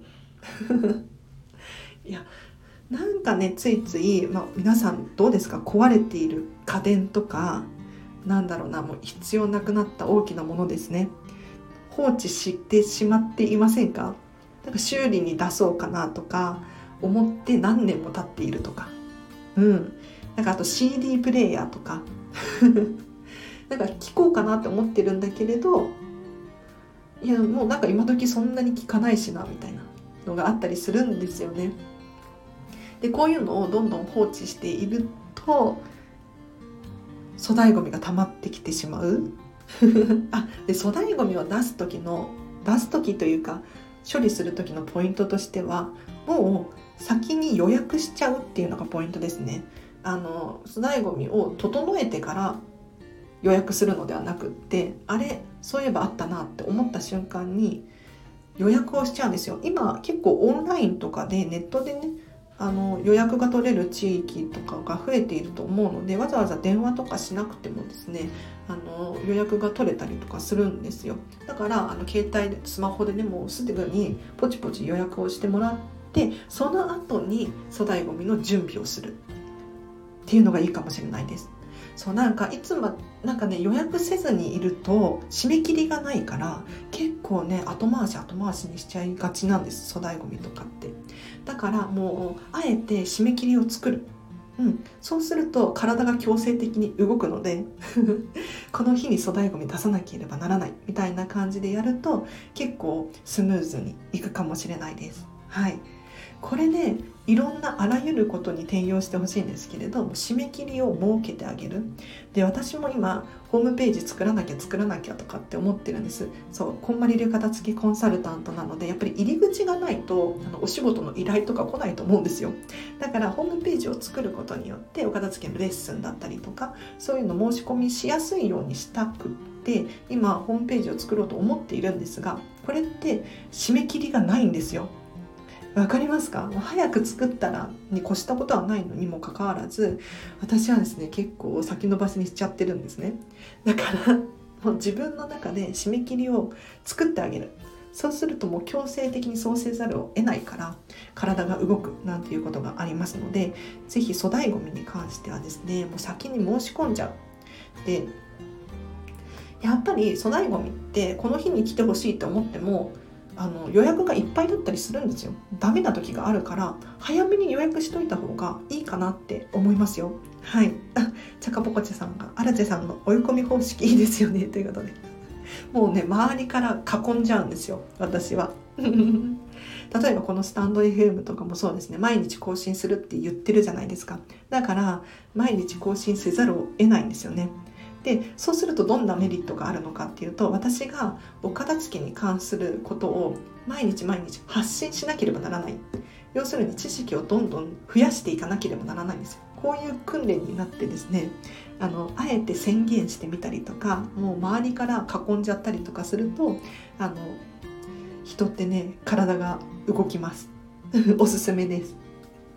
いや、なんかねついつい、まあ、皆さんどうですか、壊れている家電とか、なんだろうな、もう必要なくなった大きなものですね、放置してしまっていませんか？なんか修理に出そうかなとか思って何年も経っているとか、うん、なんかあと シーディー プレイヤーとかなんか聞こうかなって思ってるんだけれど、いやもうなんか今時そんなに聞かないしなみたいなのがあったりするんですよね。でこういうのをどんどん放置していると粗大ごみが溜まってきてしまうあ、で粗大ごみを出す時の出す時というか処理する時のポイントとしては、もう先に予約しちゃうっていうのがポイントですね。あの粗大ごみを整えてから予約するのではなくって、あれそういえばあったなって思った瞬間に予約をしちゃうんですよ。今結構オンラインとかでネットでね、あの予約が取れる地域とかが増えていると思うので、わざわざ電話とかしなくてもですね、あの予約が取れたりとかするんですよ。だからあの携帯でスマホでね、もうすぐにポチポチ予約をしてもらって、その後に粗大ごみの準備をするっていうのがいいかもしれないです。そうなんかいつもなんかね予約せずにいると締め切りがないから、結構ね後回し後回しにしちゃいがちなんです、粗大ごみとかって。だからもうあえて締め切りを作る、 うん、そうすると体が強制的に動くのでこの日に粗大ごみ出さなければならないみたいな感じでやると結構スムーズにいくかもしれないです。はい、これね、いろんなあらゆることに転用してほしいんですけれど、締め切りを設けてあげる。で、私も今ホームページ作らなきゃ作らなきゃとかって思ってるんです。そう、こんまり流片付きコンサルタントなので、やっぱり入り口がないとあのお仕事の依頼とか来ないと思うんですよ。だからホームページを作ることによってお片付けのレッスンだったりとか、そういうの申し込みしやすいようにしたくって今ホームページを作ろうと思っているんですが、これって締め切りがないんですよ。わかりますか？もう早く作ったらに越したことはないのにもかかわらず、私はですね結構先延ばしにしちゃってるんですね。だからもう自分の中で締め切りを作ってあげる。そうするともう強制的にそうせざるを得ないから体が動くなんていうことがありますので、ぜひ粗大ごみに関してはですねもう先に申し込んじゃう。で、やっぱり粗大ごみってこの日に来てほしいと思ってもあの予約がいっぱいだったりするんですよ。ダメな時があるから早めに予約しといた方がいいかなって思いますよ。はい。チャカポコチャさんがアラチェさんの追い込み方式いいですよねということで、もうね周りから囲んじゃうんですよ私は。例えばこのスタンド エフエム とかもそうですね、毎日更新するって言ってるじゃないですか。だから毎日更新せざるを得ないんですよね。で、そうするとどんなメリットがあるのかっていうと、私がお片付けに関することを毎日毎日発信しなければならない。要するに知識をどんどん増やしていかなければならないんですよ。こういう訓練になってですね、あのあえて宣言してみたりとか、もう周りから囲んじゃったりとかすると、あの人ってね体が動きますおすすめです。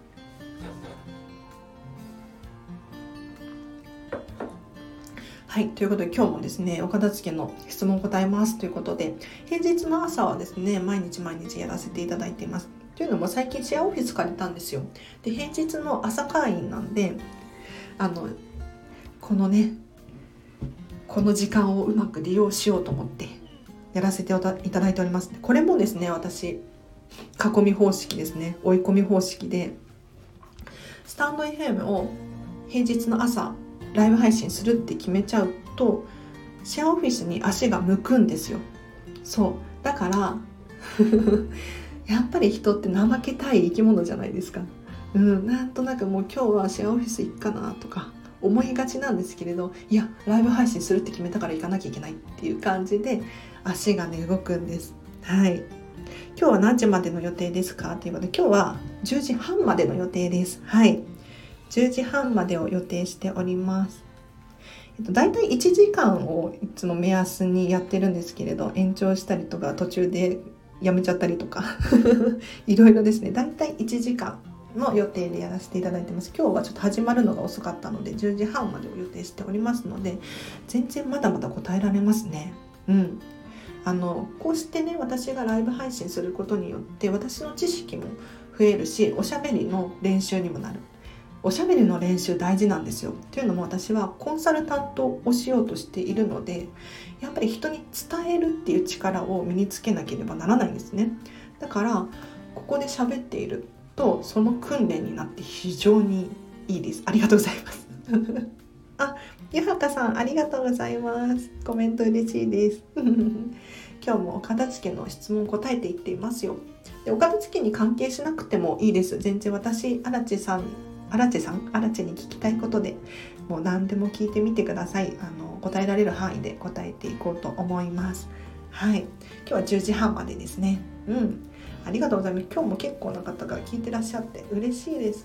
はい、ということで今日もですねお片付けの質問を答えますということで、平日の朝はですね毎日毎日やらせていただいています。というのも最近シェアオフィス借りたんですよ。で、平日の朝会員なんで、あのこのねこの時間をうまく利用しようと思ってやらせていただいております。これもですね私囲み方式ですね、追い込み方式でスタンド エフエム を平日の朝ライブ配信するって決めちゃうとシェアオフィスに足が向くんですよ。そうだからやっぱり人って怠けたい生き物じゃないですか。うん、なんとなくもう今日はシェアオフィス行くかなとか思いがちなんですけれど、いやライブ配信するって決めたから行かなきゃいけないっていう感じで足がね動くんです。はい。今日は何時までの予定ですかということで、今日はじゅうじはんまでの予定です。はい。じゅうじはんまでを予定しております。えっと、だいたいいちじかんをいつも目安にやってるんですけれど、延長したりとか途中でやめちゃったりとかいろいろですね。だいたいいちじかんの予定でやらせていただいてます。今日はちょっと始まるのが遅かったのでじゅうじはんまでを予定しておりますので、全然まだまだ答えられますね。うん。あのこうしてね私がライブ配信することによって私の知識も増えるし、おしゃべりの練習にもなる。おしゃべりの練習大事なんですよ。というのも私はコンサルタントをしようとしているので、やっぱり人に伝えるっていう力を身につけなければならないんですね。だからここで喋っているとその訓練になって非常にいいです。ありがとうございますあ、ゆはかさんありがとうございます。コメント嬉しいです今日もお片付けの質問答えていっていますよ。で、お片付けに関係しなくてもいいです。全然私アラチェさんアラチェさんアラチェに聞きたいことでもう何でも聞いてみてください。あの答えられる範囲で答えていこうと思います。はい、今日はじゅうじはんまでですね。うん、ありがとうございます。今日も結構な方が聞いてらっしゃって嬉しいです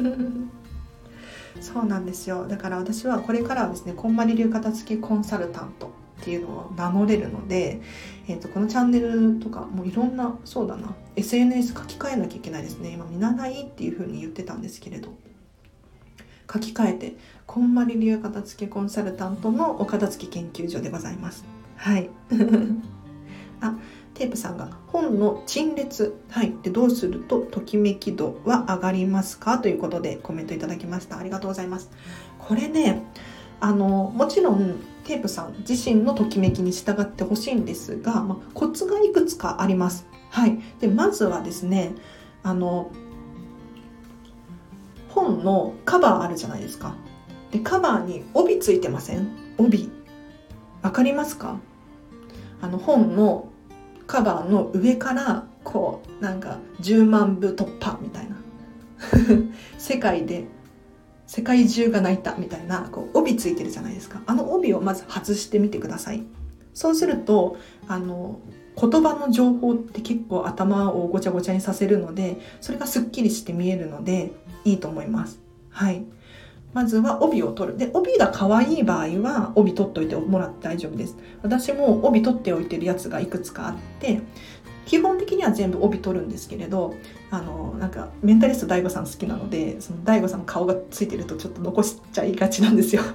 そうなんですよ。だから私はこれからはですね、こんまり流片付きコンサルタントっていうのを名乗れるので、えーと、このチャンネルとかもういろんな、そうだな エスエヌエス 書き換えなきゃいけないですね。今見習いっていう風に言ってたんですけれど、書き換えてこんまり流片付きコンサルタントのお片付き研究所でございます。はいあ、テープさんが本の陳列、はい、でどうするとときめき度は上がりますかということでコメントいただきました。ありがとうございます。これね、あのもちろんテープさん自身のときめきに従ってほしいんですが、まあ、コツがいくつかあります。はい。でまずはですね、あの本のカバーあるじゃないですか。でカバーに帯ついてません？帯わかりますか？あの本のカバーの上からこうなんかじゅうまんぶ突破みたいな世界で世界中が泣いたみたいなこう帯ついてるじゃないですか。あの帯をまず外してみてください。そうするとあの言葉の情報って結構頭をごちゃごちゃにさせるので、それがすっきりして見えるのでいいと思います。はい。まずは帯を取る。で、帯が可愛い場合は帯取っといてもらって大丈夫です。私も帯取っておいてるやつがいくつかあって、基本的には全部帯取るんですけれど、あのなんかメンタリスト ダイゴ さん好きなので、その ダイゴ さんの顔がついてるとちょっと残しちゃいがちなんですよ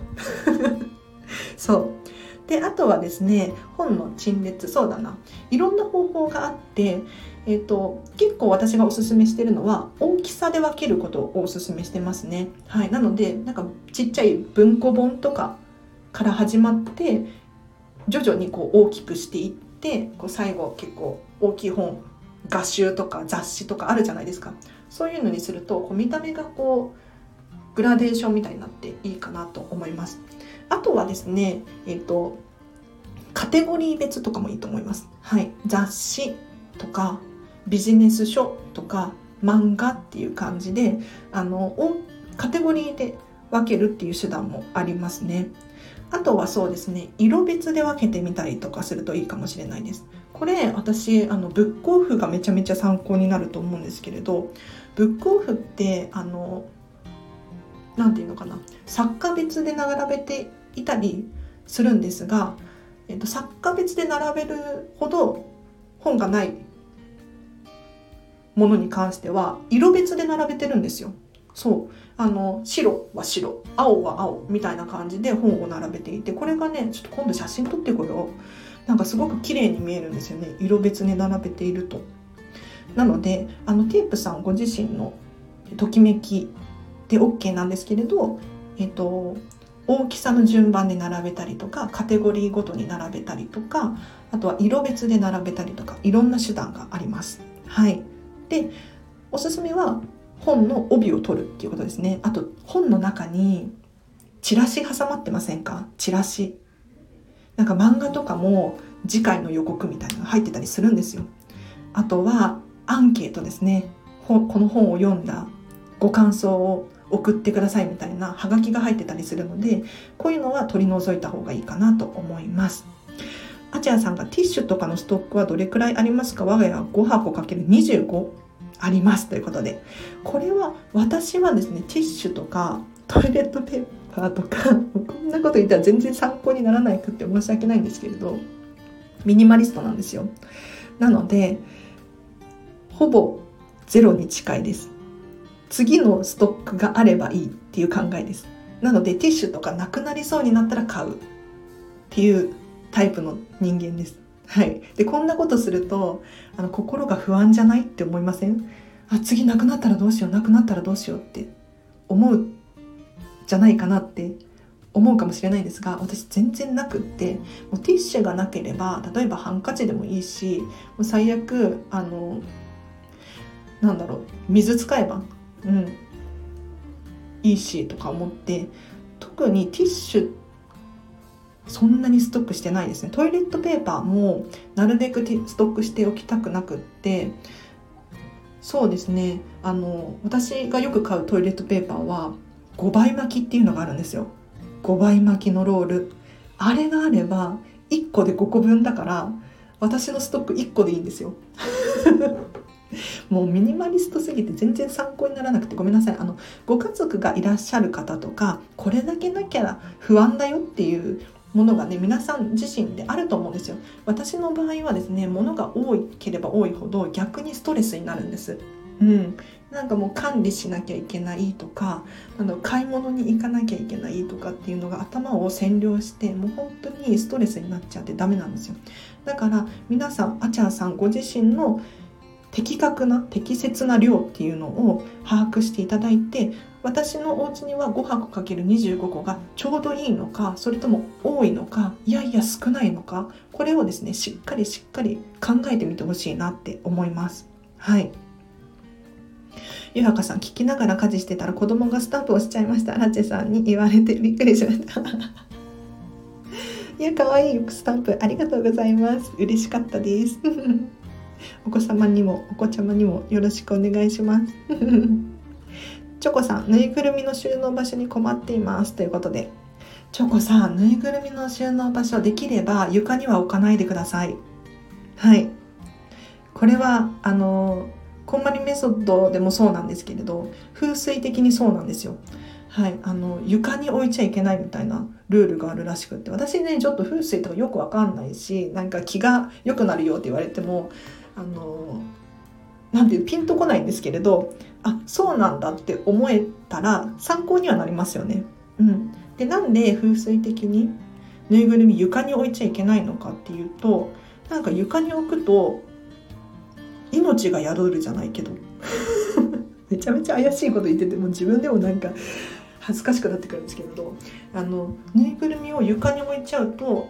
そうで、あとはですね、本の陳列、そうだないろんな方法があって、えーと、結構私がおすすめしてるのは大きさで分けることをおすすめしてますね。はい、なのでなんかちっちゃい文庫本とかから始まって徐々にこう大きくしていって、こう最後結構大きい本、画集とか雑誌とかあるじゃないですか。そういうのにするとこう見た目がこうグラデーションみたいになっていいかなと思います。あとはですね、えーと、カテゴリー別とかもいいと思います。はい、雑誌とかビジネス書とか漫画っていう感じであのカテゴリーで分けるっていう手段もありますね。あとはそうですね、色別で分けてみたりとかするといいかもしれないです。これ私あのブックオフがめちゃめちゃ参考になると思うんですけれど、ブックオフってあのなんていうのかな、作家別で並べていたりするんですが、えっと、作家別で並べるほど本がないものに関しては色別で並べてるんですよ。そうあの白は白、青は青みたいな感じで本を並べていて、これがねちょっと今度写真撮ってこよう。なんかすごく綺麗に見えるんですよね、色別に並べていると。なのであのテープさんご自身のときめきで OK なんですけれど、えっと大きさの順番で並べたりとか、カテゴリーごとに並べたりとか、あとは色別で並べたりとか、いろんな手段があります。はい。で、おすすめは本の帯を取るっていうことですね。あと本の中にチラシ挟まってませんか？チラシ。なんか漫画とかも次回の予告みたいなのが入ってたりするんですよ。あとはアンケートですね。この本を読んだご感想を送ってくださいみたいなハガキが入ってたりするので、こういうのは取り除いた方がいいかなと思います。あちゃさんがティッシュとかのストックはどれくらいありますか？我が家はごはこ ×にじゅうご ありますということで、これは私はですね、ティッシュとかトイレットペーパーとかこんなこと言ったら全然参考にならないくって申し訳ないんですけれど、ミニマリストなんですよ。なのでほぼゼロに近いです。次のストックがあればいいっていう考えです。なのでティッシュとかなくなりそうになったら買うっていうタイプの人間です。はい。で、こんなことするとあの心が不安じゃないって思いません？あ、次なくなったらどうしよう、なくなったらどうしようって思うじゃないかなって思うかもしれないですが、私全然なくって、もうティッシュがなければ例えばハンカチでもいいし、もう最悪あのなんだろう水使えばうんいいしとか思って、特にティッシュそんなにストックしてないですね。トイレットペーパーもなるべくストックしておきたくなくって、そうですね、あの私がよく買うトイレットペーパーはごばい巻きっていうのがあるんですよ。ごばい巻きのロール、あれがあればいっこでごこぶんだから私のストックいっこでいいんですよもうミニマリストすぎて全然参考にならなくてごめんなさい。あのご家族がいらっしゃる方とか、これだけなきゃ不安だよっていうものがね、皆さん自身であると思うんですよ。私の場合はですね、物が多ければ多いほど逆にストレスになるんです。うん、なんかもう管理しなきゃいけないとか、あの買い物に行かなきゃいけないとかっていうのが頭を占領して、もう本当にストレスになっちゃってダメなんですよ。だから皆さん、あちゃーさんご自身の的確な適切な量っていうのを把握していただいて、私のお家にはごはこ ×にじゅうご 個がちょうどいいのか、それとも多いのか、いやいや少ないのか、これをですねしっかりしっかり考えてみてほしいなって思います。はい。 ゆはかさん、聞きながら家事してたら子供がスタンプをしちゃいました。ラチェさんに言われてびっくりしましたいや、かわいいスタンプありがとうございます。嬉しかったですお子様にもお子ちゃまにもよろしくお願いしますチョコさん、ぬいぐるみの収納場所に困っていますということで、チョコさん、ぬいぐるみの収納場所できれば床には置かないでください。はい、これはあのこんまりメソッドでもそうなんですけれど、風水的にそうなんですよ。はい、あの床に置いちゃいけないみたいなルールがあるらしくって、私ねちょっと風水とかよくわかんないし、なんか気が良くなるよって言われてもあのなんていうピンとこないんですけれど、あ、そうなんだって思えたら参考にはなりますよね。うん、でなんで風水的にぬいぐるみ床に置いちゃいけないのかっていうと、なんか床に置くと命が宿るじゃないけどめちゃめちゃ怪しいこと言ってて、もう自分でもなんか恥ずかしくなってくるんですけれど、あのぬいぐるみを床に置いちゃうと、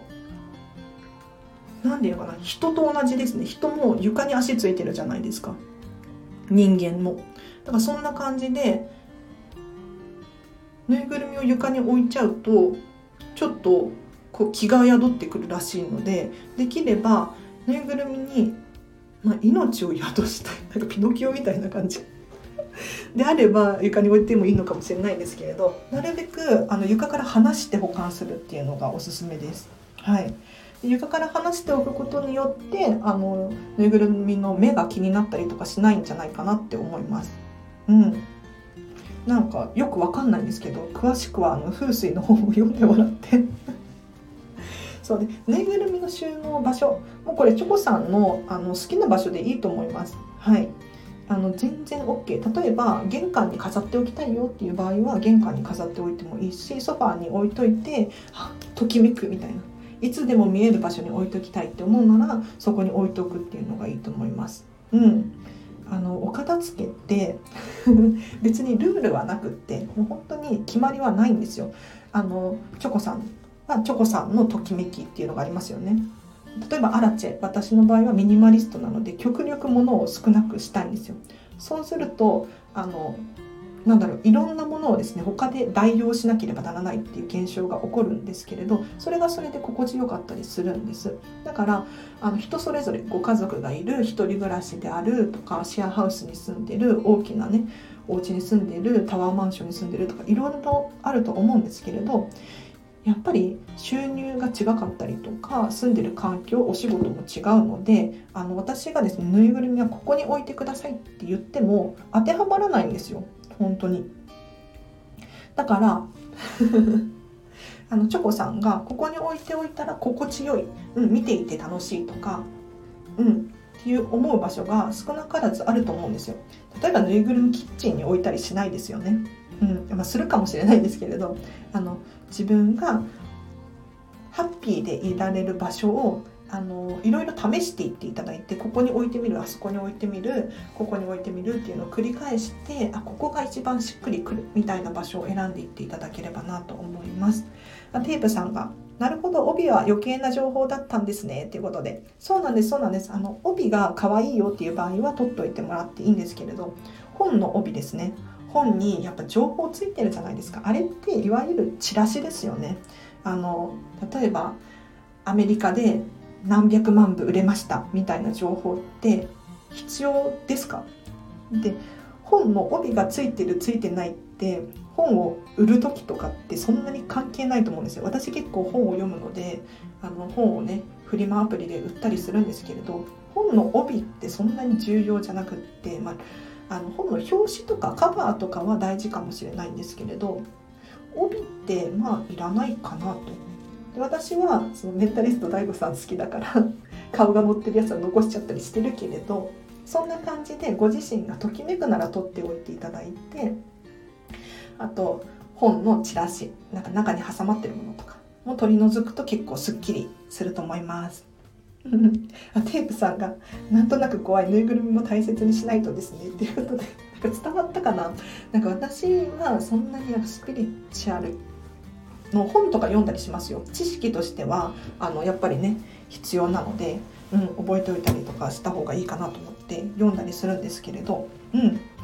なんでいうかな、人と同じですね。人も床に足ついてるじゃないですか、人間も。だからそんな感じでぬいぐるみを床に置いちゃうとちょっとこう気が宿ってくるらしいので、できればぬいぐるみに、まあ、命を宿したい、なんかピノキオみたいな感じであれば床に置いてもいいのかもしれないですけれど、なるべくあの床から離して保管するっていうのがおすすめです。はい、で床から離しておくことによってあのぬいぐるみの目が気になったりとかしないんじゃないかなって思います。うん、なんかよくわかんないんですけど、詳しくはあの風水の本を読んでもらってそうで、ぬいぐるみの収納場所もうこれチョコさんの、あの好きな場所でいいと思います。はい、あの全然 OK。 例えば玄関に飾っておきたいよっていう場合は玄関に飾っておいてもいいし、ソファーに置いといてときめくみたいな、いつでも見える場所に置いときたいって思うならそこに置いとくっていうのがいいと思います。うん、あのお片付けって別にルールはなくって、もう本当に決まりはないんですよ。あのチョコさんはチョコさんのときめきっていうのがありますよね。例えばアラチェ、私の場合はミニマリストなので極力物を少なくしたいんですよ。そうするとあのなんだろう、いろんなものをですね他で代用しなければならないっていう現象が起こるんですけれど、それがそれで心地よかったりするんです。だからあの人それぞれご家族がいる、一人暮らしであるとか、シェアハウスに住んでる、大きなねお家に住んでる、タワーマンションに住んでるとかいろいろあると思うんですけれど、やっぱり収入が違かったりとか住んでる環境、お仕事も違うので、あの私がですねぬいぐるみはここに置いてくださいって言っても当てはまらないんですよ、本当に。だからあのチョコさんがここに置いておいたら心地よい、うん、見ていて楽しいとか、うん、っていう思う場所が少なからずあると思うんですよ。例えばぬいぐるみキッチンに置いたりしないですよね。うんまあ、するかもしれないんですけれど、あの自分がハッピーでいられる場所をあのいろいろ試していっていただいて、ここに置いてみる、あそこに置いてみる、ここに置いてみるっていうのを繰り返して、あここが一番しっくりくるみたいな場所を選んでいっていただければなと思います。テープさんがなるほど、帯は余計な情報だったんですねということで、そうなんですそうなんです。あの帯が可愛いよっていう場合は取っておいてもらっていいんですけれど、本の帯ですね、本にやっぱ情報ついてるじゃないですか。あれっていわゆるチラシですよね。あの例えばアメリカで何百万部売れましたみたいな情報って必要ですか？で、本の帯がついてるついてないって本を売る時とかってそんなに関係ないと思うんですよ。私結構本を読むので、あの本をねフリマアプリで売ったりするんですけれど、本の帯ってそんなに重要じゃなくって、まあ、あの本の表紙とかカバーとかは大事かもしれないんですけれど、帯ってまあいらないかなと。で私はそのメンタリスト ダイゴ さん好きだから顔が載ってるやつは残しちゃったりしてるけれど、そんな感じでご自身がときめくなら取っておいていただいて、あと本のチラシ、なんか中に挟まってるものとかも取り除くと結構すっきりすると思いますあテープさんがなんとなく怖い、ぬいぐるみも大切にしないとですねっていうことで、なんか伝わったかな。なんか私はそんなにスピリチュアルの本とか読んだりしますよ。知識としてはあのやっぱりね必要なので、うん、覚えておいたりとかした方がいいかなと思って読んだりするんですけれど、うん、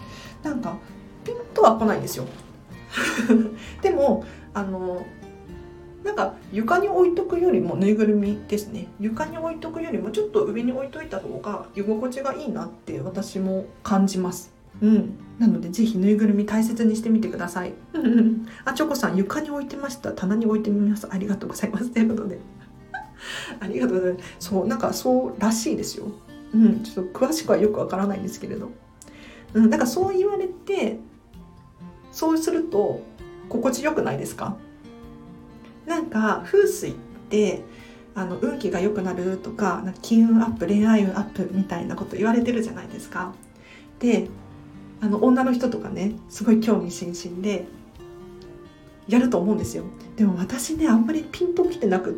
なんかピンとは来ないんですよでもあのなんか床に置いとくよりも、ぬいぐるみですね、床に置いとくよりもちょっと上に置いといた方が居心地がいいなって私も感じます。うん、なのでぜひぬいぐるみ大切にしてみてくださいあ、チョコさん床に置いてました、棚に置いてみます、ありがとうございますということでありがとうございます。そうなんかそうらしいですよ。うん、ちょっと詳しくはよくわからないんですけれど、うん、なんかそう言われて、そうすると心地よくないですか？なんか風水ってあの運気が良くなるとか、なんか金運アップ、恋愛運アップみたいなこと言われてるじゃないですか。で、あの女の人とかね、すごい興味津々でやると思うんですよ。でも私ね、あんまりピンときてなくって、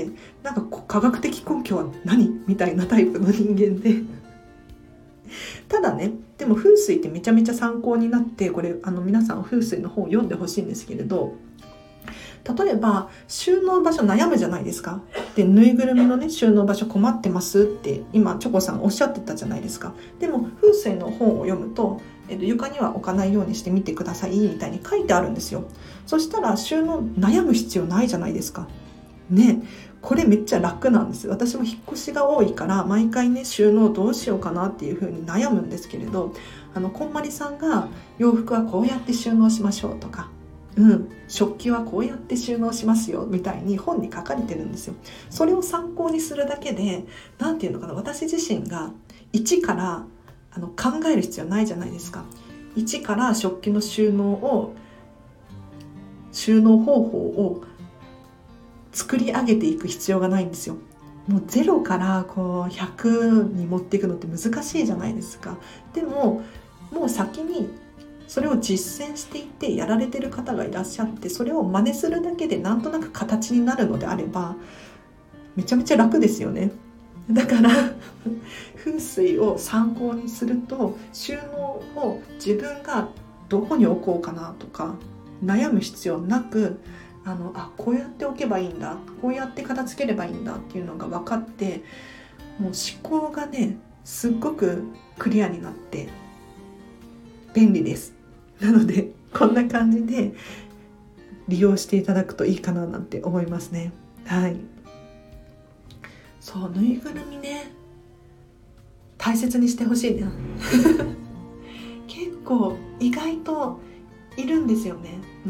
なんかこう科学的根拠は何みたいなタイプの人間でただね、でも風水ってめちゃめちゃ参考になって、これあの皆さん風水の本を読んでほしいんですけれど、例えば収納場所悩むじゃないですか。で、ぬいぐるみのね収納場所困ってますって今チョコさんおっしゃってたじゃないですか。でも風水の本を読むと、えっと、床には置かないようにしてみてくださいみたいに書いてあるんですよ。そしたら収納悩む必要ないじゃないですかね。これめっちゃ楽なんです。私も引っ越しが多いから毎回ね収納どうしようかなっていう風に悩むんですけれど、あのこんまりさんが洋服はこうやって収納しましょうとか、うん、食器はこうやって収納しますよみたいに本に書かれてるんですよ。それを参考にするだけで、なんていうのかな、私自身が一からあの考える必要ないじゃないですか。一から食器の収納を収納方法を作り上げていく必要がないんですよ。もうゼロからこうひゃくに持っていくのって難しいじゃないですか。でももう先にそれを実践していてやられてる方がいらっしゃって、それを真似するだけでなんとなく形になるのであればめちゃめちゃ楽ですよね。だから風水を参考にすると、収納を自分がどこに置こうかなとか悩む必要なく、あのあこうやって置けばいいんだ、こうやって片付ければいいんだっていうのが分かって、もう思考がねすっごくクリアになって便利です。なのでこんな感じで利用していただくといいかななんて思いますね。はい。そう、ぬいぐるみね大切にしてほしいな結構意外といるんですよね。うん。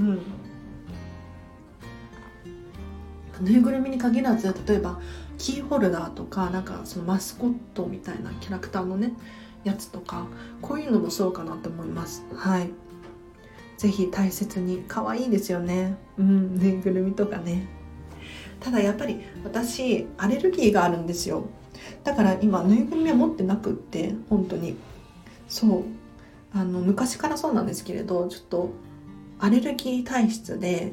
ぬいぐるみに限らず、例えばキーホルダーとか、なんかそのマスコットみたいなキャラクターのねやつとか、こういうのもそうかなと思います。はい。ぜひ大切に、可愛いですよね。うん、ぬいぐるみとかね。ただやっぱり私アレルギーがあるんですよ。だから今ぬいぐるみは持ってなくって、本当にそうあの昔からそうなんですけれど、ちょっとアレルギー体質で、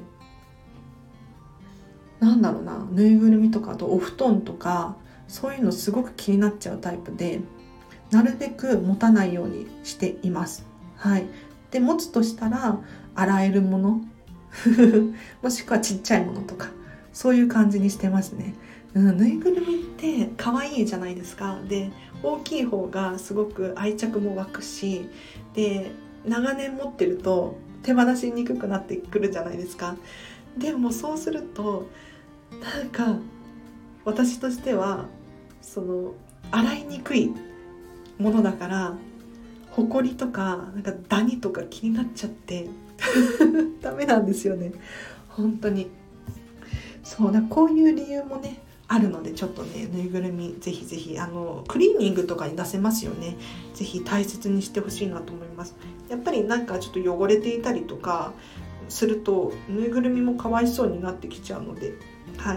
なんだろうな、ぬいぐるみとかあとお布団とかそういうのすごく気になっちゃうタイプで、なるべく持たないようにしています。はい。で持つとしたら洗えるものもしくはちっちゃいものとか、そういう感じにしてますね。うん、ぬいぐるみって可愛いじゃないですか。で大きい方がすごく愛着も湧くし、で長年持ってると手放しにくくなってくるじゃないですか。でもそうするとなんか私としてはその洗いにくいものだから、ほこりとかなんかダニとか気になっちゃってダメなんですよね、本当に。そうだ、こういう理由もねあるので、ちょっとねぬいぐるみぜひぜひあのクリーニングとかに出せますよね。ぜひ大切にしてほしいなと思います。やっぱりなんかちょっと汚れていたりとかするとぬいぐるみもかわいそうになってきちゃうので、はい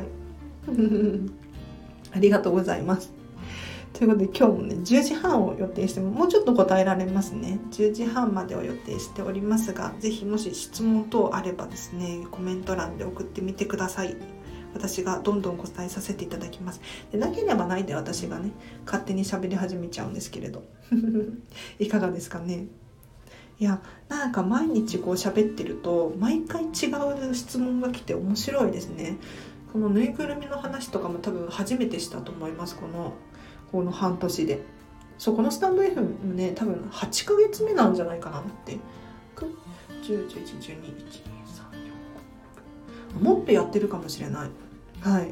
ありがとうございます。ということで今日もねじゅうじはんを予定しても、もうちょっと答えられますね。じゅうじはんまでを予定しておりますが、ぜひもし質問等あればですねコメント欄で送ってみてください。私がどんどん答えさせていただきます。でなければないで私がね勝手に喋り始めちゃうんですけれどいかがですかね。いやなんか毎日こう喋ってると毎回違う質問が来て面白いですね。このぬいぐるみの話とかも多分初めてしたと思います、このこの半年で。 そう、このスタンド エフエム ね、多分はちかげつめなんじゃないかなって。じゅう、じゅういち、じゅうに、いち、に、さん、よん、もっとやってるかもしれない。はい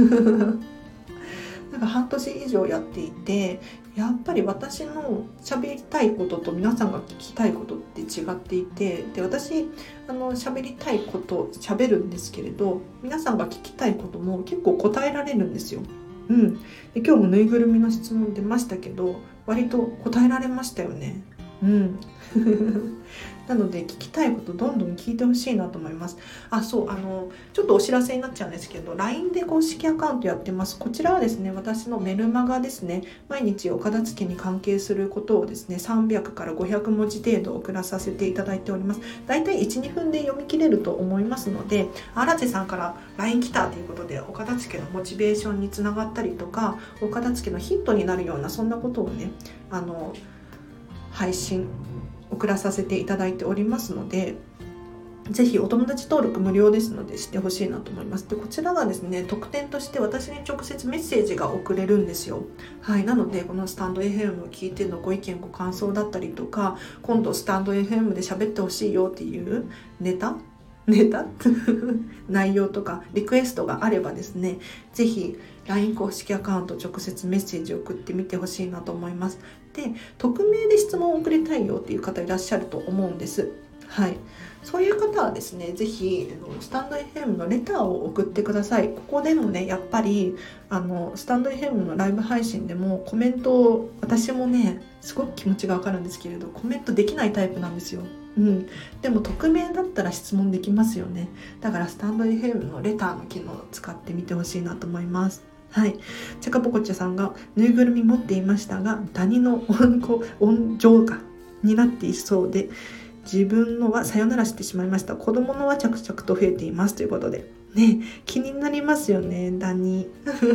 なんか半年以上やっていて、やっぱり私の喋りたいことと皆さんが聞きたいことって違っていて、で私あの喋りたいこと喋るんですけれど、皆さんが聞きたいことも結構答えられるんですよ。うん、で今日もぬいぐるみの質問出ましたけど、割と答えられましたよね。うんなので聞きたいことどんどん聞いてほしいなと思います。あ、そう、あのちょっとお知らせになっちゃうんですけど、 ライン で公式アカウントやってます。こちらはですね、私のメルマガですね。毎日お片付けに関係することをですね、さんびゃくからごひゃくもじ程度送らさせていただいております。だいたいいち、にふんで読み切れると思いますので、荒地さんから ライン 来たということで、お片付けのモチベーションにつながったりとか、お片付けのヒントになるような、そんなことをね、あの配信送らさせていただいておりますので、ぜひお友達登録無料ですのでしてほしいなと思います。でこちらがですね、特典として私に直接メッセージが送れるんですよ。はい、なのでこのスタンド エフエム を聞いてのご意見ご感想だったりとか、今度スタンド エフエム で喋ってほしいよっていうネタネタ内容とかリクエストがあればですね、ぜひ ライン 公式アカウント直接メッセージを送ってみてほしいなと思います。で匿名で質問を送りたいよっていう方いらっしゃると思うんです。はい、そういう方はですね、ぜひスタンド エフエム のレターを送ってください。ここでもね、やっぱりあのスタンド エフエム のライブ配信でもコメントを、私もねすごく気持ちがわかるんですけれど、コメントできないタイプなんですよ。うん、でも匿名だったら質問できますよね。だからスタンド エフエム のレターの機能を使ってみてほしいなと思います。はい、チャカポコチャさんがぬいぐるみ持っていましたが、ダニの温厚温情化になっていそうで、自分のはさよならしてしまいました。子供のは着々と増えていますということでね、気になりますよね、ダニ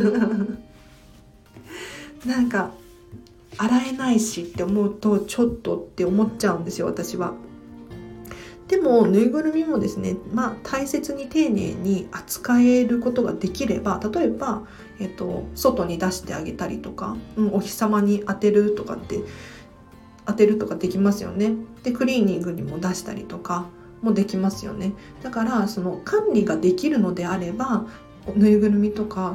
なんか洗えないしって思うとちょっとって思っちゃうんですよ、私は。でもぬいぐるみもですね、まあ、大切に丁寧に扱えることができれば、例えば、えっと、外に出してあげたりとか、うん、お日様に当てるとかって当てるとかできますよね。でクリーニングにも出したりとかもできますよね。だからその管理ができるのであれば、ぬいぐるみとか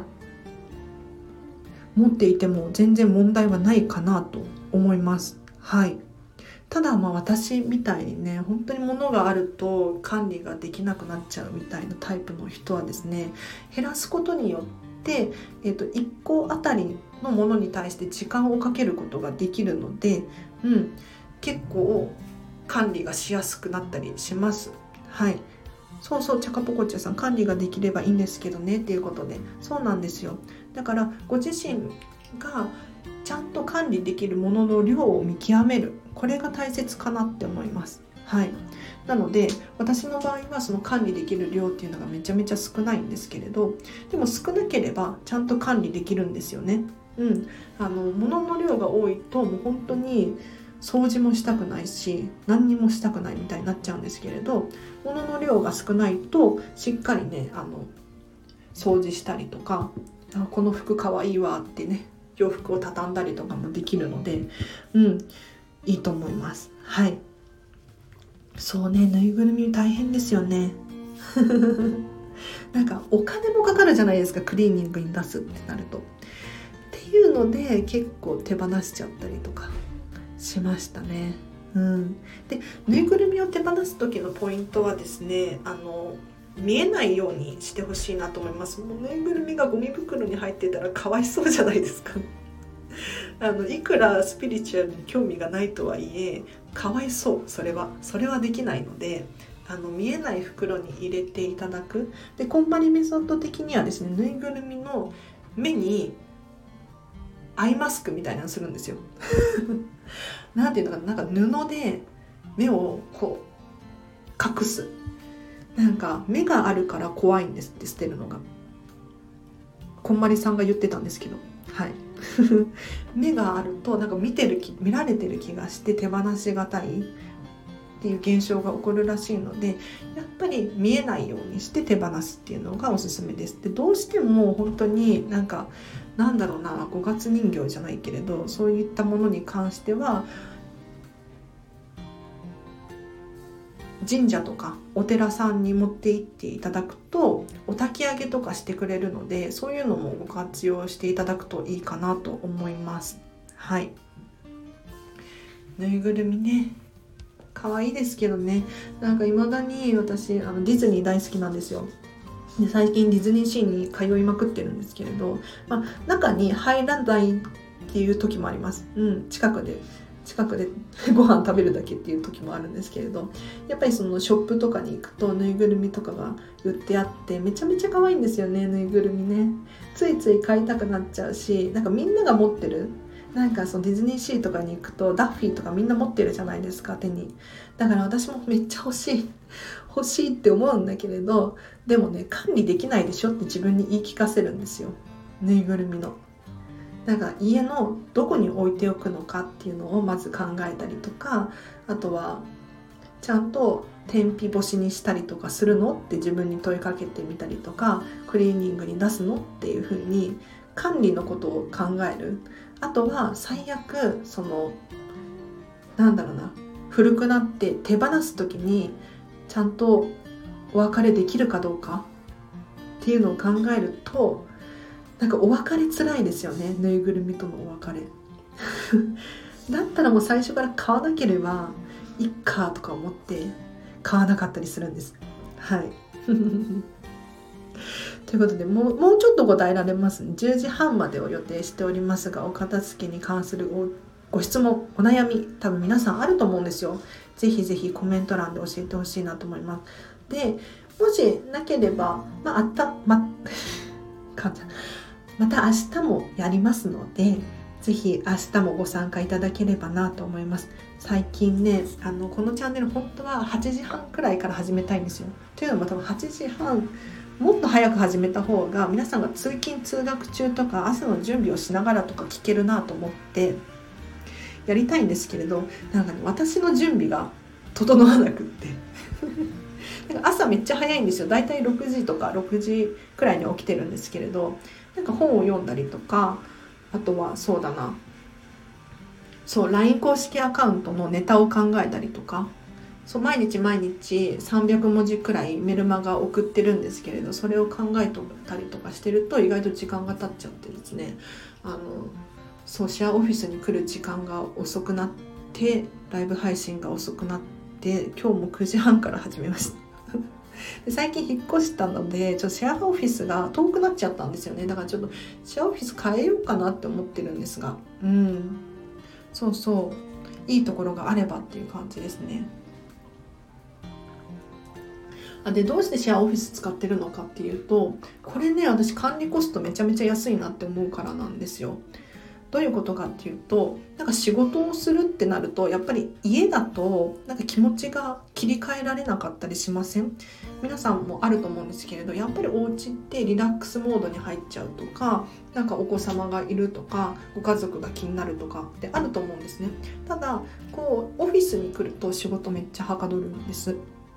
持っていても全然問題はないかなと思います。はい。ただまあ私みたいにね、本当に物があると管理ができなくなっちゃうみたいなタイプの人はですね、減らすことによって、えーと、いっこあたりのものに対して時間をかけることができるので、うん、結構管理がしやすくなったりします。はい。そうそう、チャカポコチャさん、管理ができればいいんですけどねっていうことで、そうなんですよ。だからご自身がちゃんと管理できるものの量を見極める、これが大切かなって思います。はい、なので私の場合はその管理できる量っていうのがめちゃめちゃ少ないんですけれど、でも少なければちゃんと管理できるんですよね。うん、あの物の量が多いともう本当に掃除もしたくないし何にもしたくないみたいになっちゃうんですけれど、物の量が少ないとしっかりね、あの掃除したりとか、あこの服かわいいわってね、洋服を畳んだりとかもできるので、うん、いいと思います。はい。そうね、ぬいぐるみ大変ですよね。なんかお金もかかるじゃないですか、クリーニングに出すってなると。っていうので結構手放しちゃったりとかしましたね。うん。で、ぬいぐるみを手放す時のポイントはですね、あの見えないようにしてほしいなと思います。もうぬいぐるみがゴミ袋に入ってたらかわいそうじゃないですか。あのいくらスピリチュアルに興味がないとはいえかわいそう、それはそれはできないので、あの見えない袋に入れていただく。でこんまりメソッド的にはですね、ぬいぐるみの目にアイマスクみたいなのするんですよ。なんていうのかな、なんか布で目をこう隠す。なんか目があるから怖いんですって、捨てるのが。こんまりさんが言ってたんですけど、はい。目があるとなんか見てる気見られてる気がして手放しがたいっていう現象が起こるらしいので、やっぱり見えないようにして手放すっていうのがおすすめです。でどうしても本当になんかなんだろうな、ごがつ人形じゃないけれど、そういったものに関しては神社とかお寺さんに持って行っていただくとお焚き上げとかしてくれるので、そういうのもご活用していただくといいかなと思います。はい。ぬいぐるみね、可愛いですけどね、なんか未だに私あのディズニー大好きなんですよ。で最近ディズニーシーに通いまくってるんですけれど、まあ、中に入らないっていう時もあります。うん、近くで近くでご飯食べるだけっていう時もあるんですけれど、やっぱりそのショップとかに行くとぬいぐるみとかが売ってあってめちゃめちゃ可愛いんですよね。ぬいぐるみね、ついつい買いたくなっちゃうし、なんかみんなが持ってる、なんかそのディズニーシーとかに行くとダッフィーとかみんな持ってるじゃないですか、手に。だから私もめっちゃ欲しい欲しいって思うんだけれど、でもね、管理できないでしょって自分に言い聞かせるんですよ、ぬいぐるみの。なんか家のどこに置いておくのかっていうのをまず考えたりとか、あとはちゃんと天日干しにしたりとかするのって自分に問いかけてみたりとか、クリーニングに出すのっていう風に管理のことを考える。あとは最悪そのなんだろうな、古くなって手放す時にちゃんとお別れできるかどうかっていうのを考えると、なんかお別れつらいですよね、ぬいぐるみとのお別れだったらもう最初から買わなければいっかとか思って買わなかったりするんです。はいということで、もう、もうちょっと答えられます、ね、じゅうじはんまでを予定しておりますが、お片付けに関するご質問、お悩み、多分皆さんあると思うんですよ。ぜひぜひコメント欄で教えてほしいなと思います。で、もしなければ、まあ、あった、ま、かんちゃんまた明日もやりますので、ぜひ明日もご参加いただければなと思います。最近ね、あのこのチャンネル本当ははちじはんくらいから始めたいんですよ。というのも多分はちじはんもっと早く始めた方が皆さんが通勤通学中とか朝の準備をしながらとか聞けるなと思ってやりたいんですけれど、なんかね、私の準備が整わなくってなんか朝めっちゃ早いんですよ。だいたいろくじとかろくじくらいに起きてるんですけれど、なんか本を読んだりとか、あとはそうだな、そう ライン 公式アカウントのネタを考えたりとか、そう毎日毎日さんびゃくもじくらいメルマガ送ってるんですけれど、それを考えとったりとかしてると意外と時間が経っちゃってですね、あのそうシェアオフィスに来る時間が遅くなって、ライブ配信が遅くなって、今日もくじはんから始めましたで最近引っ越したので、ちょっとシェアオフィスが遠くなっちゃったんですよね。だからちょっとシェアオフィス変えようかなって思ってるんですが、うんそうそう、いいところがあればっていう感じですね。あでどうしてシェアオフィス使ってるのかっていうと、これね、私管理コストめちゃめちゃ安いなって思うからなんですよ。どういうことかっていうと、なんか仕事をするってなるとやっぱり家だとなんか気持ちが切り替えられなかったりしません？皆さんもあると思うんですけれど、やっぱりお家ってリラックスモードに入っちゃうとか、なんかお子様がいるとかご家族が気になるとかってあると思うんですね。ただこうオフィスに来ると仕事めっちゃはかどるんです。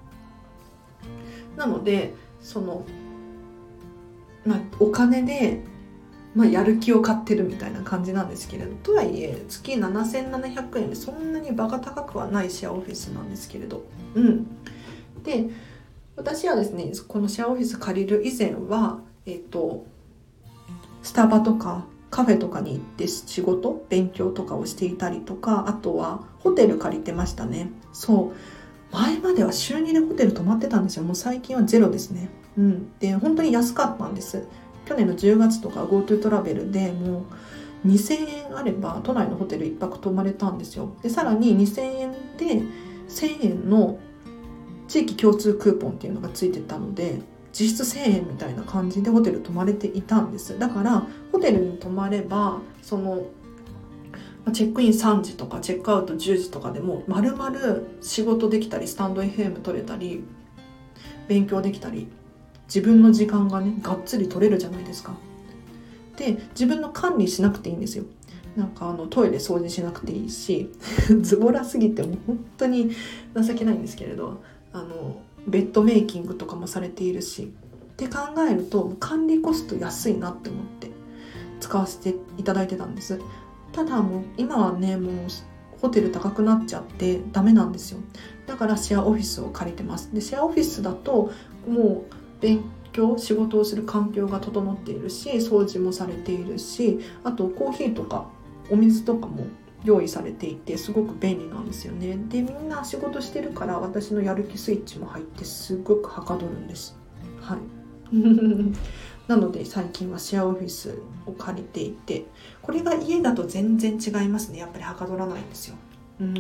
なのでその、まあ、お金でまあ、やる気を買ってるみたいな感じなんですけれど、とはいえ月ななせんななひゃくえんでそんなにバカ高くはないシェアオフィスなんですけれど、うんで私はですね、このシェアオフィス借りる以前は、えっとスタバとかカフェとかに行って仕事勉強とかをしていたりとか、あとはホテル借りてましたね。そう前までは週にでホテル泊まってたんですよ。もう最近はゼロですね。うんで本当に安かったんです。去年のじゅうがつとか GoTo トラベルでもうにせんえんあれば都内のホテルいっぱく泊まれたんですよ。でさらににせんえんでせんえんの地域共通クーポンっていうのがついてたので、実質せんえんみたいな感じでホテル泊まれていたんです。だからホテルに泊まればそのチェックインさんじとかチェックアウトじゅうじとかでも丸々仕事できたり、スタンド エフエム 取れたり勉強できたり、自分の時間がねがっつり取れるじゃないですか。で自分の管理しなくていいんですよ。なんかあのトイレ掃除しなくていいしズボラすぎてもう本当に情けないんですけれど、あのベッドメイキングとかもされているしって考えると管理コスト安いなって思って、 使わせていただいてたんです。ただもう今はねもうホテル高くなっちゃってダメなんですよ。だからシェアオフィスを借りてます。でシェアオフィスだともう勉強仕事をする環境が整っているし、掃除もされているし、あとコーヒーとかお水とかも用意されていてすごく便利なんですよね。でみんな仕事してるから私のやる気スイッチも入ってすごくはかどるんです。はいなので最近はシェアオフィスを借りていて、これが家だと全然違いますね。やっぱりはかどらないんですよ。うん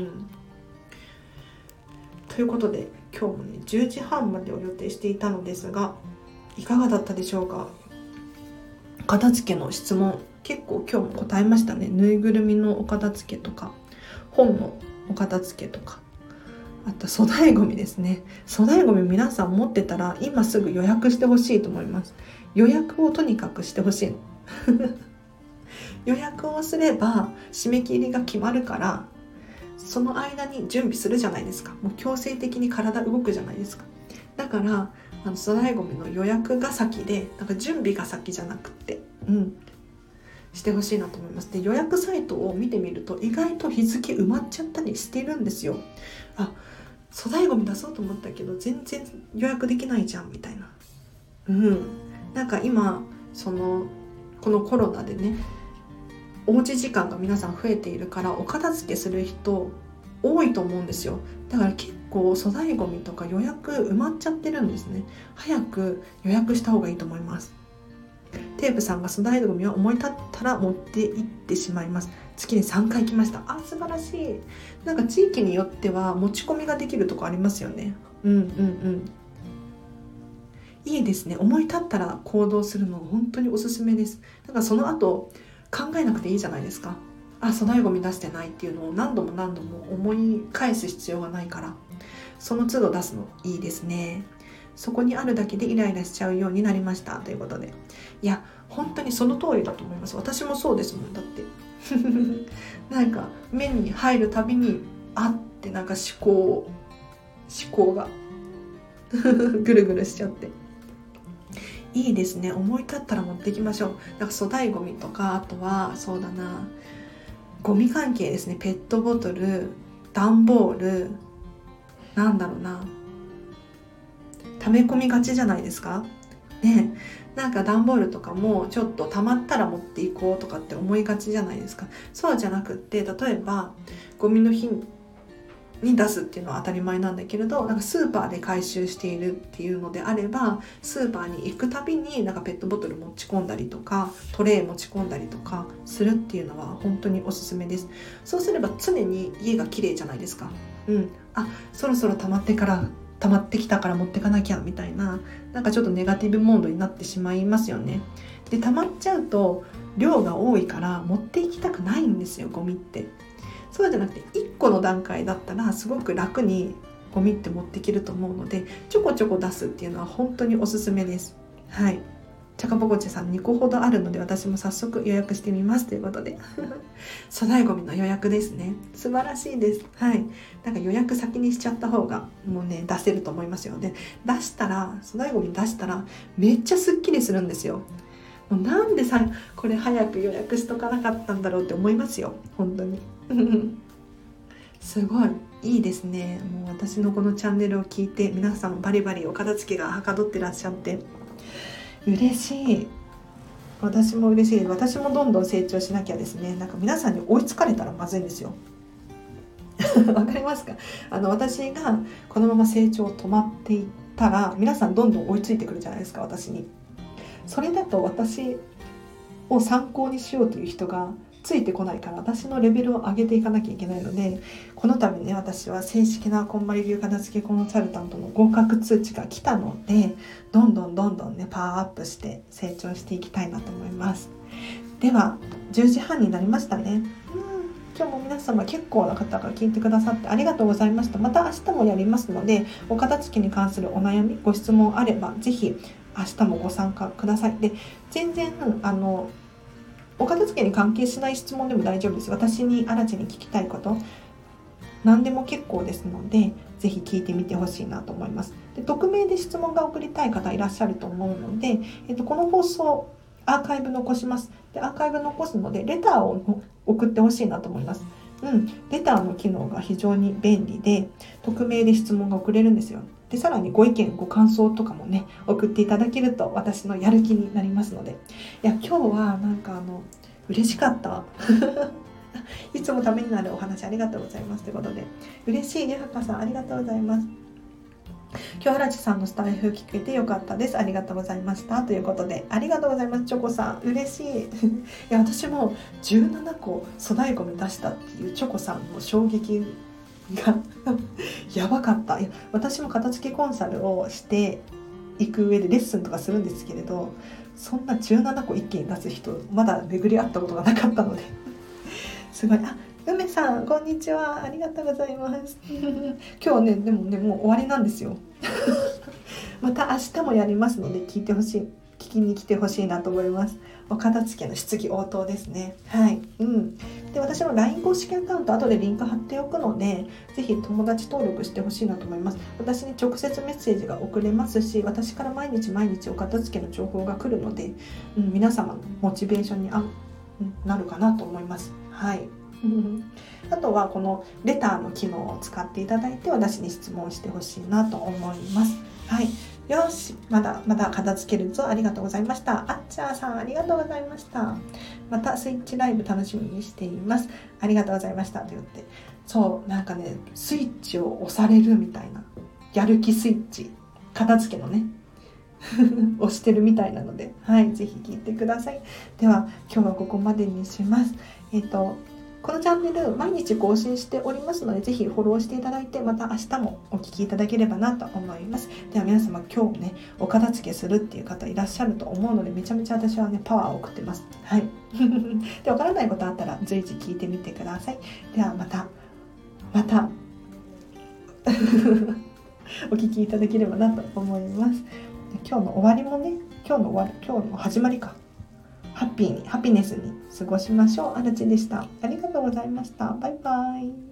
ということで今日もねじゅうじはんまでを予定していたのですが、いかがだったでしょうか。片付けの質問結構今日も答えましたね。ぬいぐるみのお片付けとか本のお片付けとか、あと粗大ごみですね。粗大ごみ皆さん持ってたら今すぐ予約してほしいと思います。予約をとにかくしてほしい予約をすれば締め切りが決まるから、その間に準備するじゃないですか。もう強制的に体動くじゃないですか。だからあの粗大ごみの予約が先で、なんか準備が先じゃなくて、うんしてほしいなと思います。で予約サイトを見てみると意外と日付埋まっちゃったりしてるんですよ。あ、粗大ごみ出そうと思ったけど全然予約できないじゃんみたいな。うんなんか今そのこのコロナでねおうち時間が皆さん増えているからお片付けする人多いと思うんですよ。だから結構粗大ごみとか予約埋まっちゃってるんですね。早く予約した方がいいと思います。テープさんが粗大ごみは思い立ったら持って行ってしまいます。月にさんかい来ました。あ、素晴らしい。なんか地域によっては持ち込みができるとこありますよね。うんうんうんいいですね。思い立ったら行動するの本当におすすめです。だからその後考えなくていいじゃないですか。あ、粗大ごみ出してないっていうのを何度も何度も思い返す必要がないから、その都度出すのいいですね。そこにあるだけでイライラしちゃうようになりましたということで、いや本当にその通りだと思います。私もそうですもん。だってなんか目に入るたびにあってなんか思考思考がぐるぐるしちゃって、いいですね。思い立ったら持っていきましょう。なんか粗大ごみとか、あとはそうだなゴミ関係ですね。ペットボトル、段ボール、なんだろうな溜め込みがちじゃないですかね。なんか段ボールとかもちょっと溜まったら持っていこうとかって思いがちじゃないですか。そうじゃなくって、例えばゴミの日に出すっていうのは当たり前なんだけれど、なんかスーパーで回収しているっていうのであれば、スーパーに行くたびになんかペットボトル持ち込んだりとかトレイ持ち込んだりとかするっていうのは本当におすすめです。そうすれば常に家が綺麗じゃないですか。うんあそろそろ溜まってから溜まってきたから持ってかなきゃみたいな、なんかちょっとネガティブモードになってしまいますよね。で溜まっちゃうと量が多いから持っていきたくないんですよ、ゴミって。そうじゃなくていっこの段階だったらすごく楽にゴミって持っていけると思うので、ちょこちょこ出すっていうのは本当におすすめです。はい。チャカポコチさんにこほどあるので私も早速予約してみますということで粗大ゴミの予約ですね。素晴らしいです。はい。なんか予約先にしちゃった方がもうね出せると思いますよ。で出したら粗大ゴミ出したらめっちゃすっきりするんですよ。もうなんでさこれ早く予約しとかなかったんだろうって思いますよ本当にすごいいいですね。もう私のこのチャンネルを聞いて皆さんバリバリお片付けがはかどってらっしゃって嬉しい。私も嬉しい。私もどんどん成長しなきゃですね。なんか皆さんに追いつかれたらまずいんですよわかりますか。あの私がこのまま成長止まっていったら皆さんどんどん追いついてくるじゃないですか、私に。それだと私を参考にしようという人がついてこないから、私のレベルを上げていかなきゃいけないので、この度ね私は正式なこんまり流片付けコンサルタントの合格通知が来たので、どんどんどんどんねパワーアップして成長していきたいなと思います。ではじゅうじはんになりましたね。うん今日も皆様結構な方が聞いてくださってありがとうございました。また明日もやりますので、お片付けに関するお悩みご質問あればぜひ明日もご参加ください。で全然あのお片付けに関係しない質問でも大丈夫です。私に新地に聞きたいこと何でも結構ですので、ぜひ聞いてみてほしいなと思います。で匿名で質問が送りたい方いらっしゃると思うので、えっと、この放送アーカイブ残します。 でアーカイブ残すのでレターを送ってほしいなと思います。うん、レターの機能が非常に便利で匿名で質問が送れるんですよ。でさらにご意見ご感想とかもね送っていただけると私のやる気になりますので、いや今日はなんかあの嬉しかったいつもためになるお話ありがとうございますということで、嬉しいゆはかさんありがとうございます。今日荒地さんのスタイフ聞けてよかったです、ありがとうございましたということで、ありがとうございます。チョコさん嬉しいいや私もじゅうななこ粗大ごみ出したっていうチョコさんの衝撃がやばかった。いや私も片付けコンサルをしていく上でレッスンとかするんですけれど、そんなじゅうななこ一気に出す人まだ巡り合ったことがなかったのですごい。あ、梅さんこんにちは、ありがとうございます今日ねでもねもう終わりなんですよまた明日もやりますので聞いてほしい聞きに来てほしいなと思います。お片付けの質疑応答ですね。はい、うん、で私の ライン 公式アカウント後でリンク貼っておくのでぜひ友達登録してほしいなと思います。私に直接メッセージが送れますし、私から毎日毎日お片付けの情報が来るので、うん、皆様のモチベーションにあなるかなと思います。はいあとはこのレターの機能を使っていただいて私に質問してほしいなと思います。はい、よし、まだまだ片付けるぞ、ありがとうございました。あっちゃーさんありがとうございました。またスイッチライブ楽しみにしています。ありがとうございましたと言って、そうなんかねスイッチを押されるみたいな、やる気スイッチ片付けのね押してるみたいなので、はい、ぜひ聞いてください。では今日はここまでにします。えっとこのチャンネル毎日更新しておりますのでぜひフォローしていただいてまた明日もお聞きいただければなと思います。では皆様今日ねお片付けするっていう方いらっしゃると思うのでめちゃめちゃ私はねパワーを送ってます。はいでわからないことあったら随時聞いてみてください。ではまたまたお聞きいただければなと思います。今日の終わりもね今日の終わり今日の始まりかハッピーにハピネスに過ごしましょう。あらちでした。ありがとうございました。バイバイ。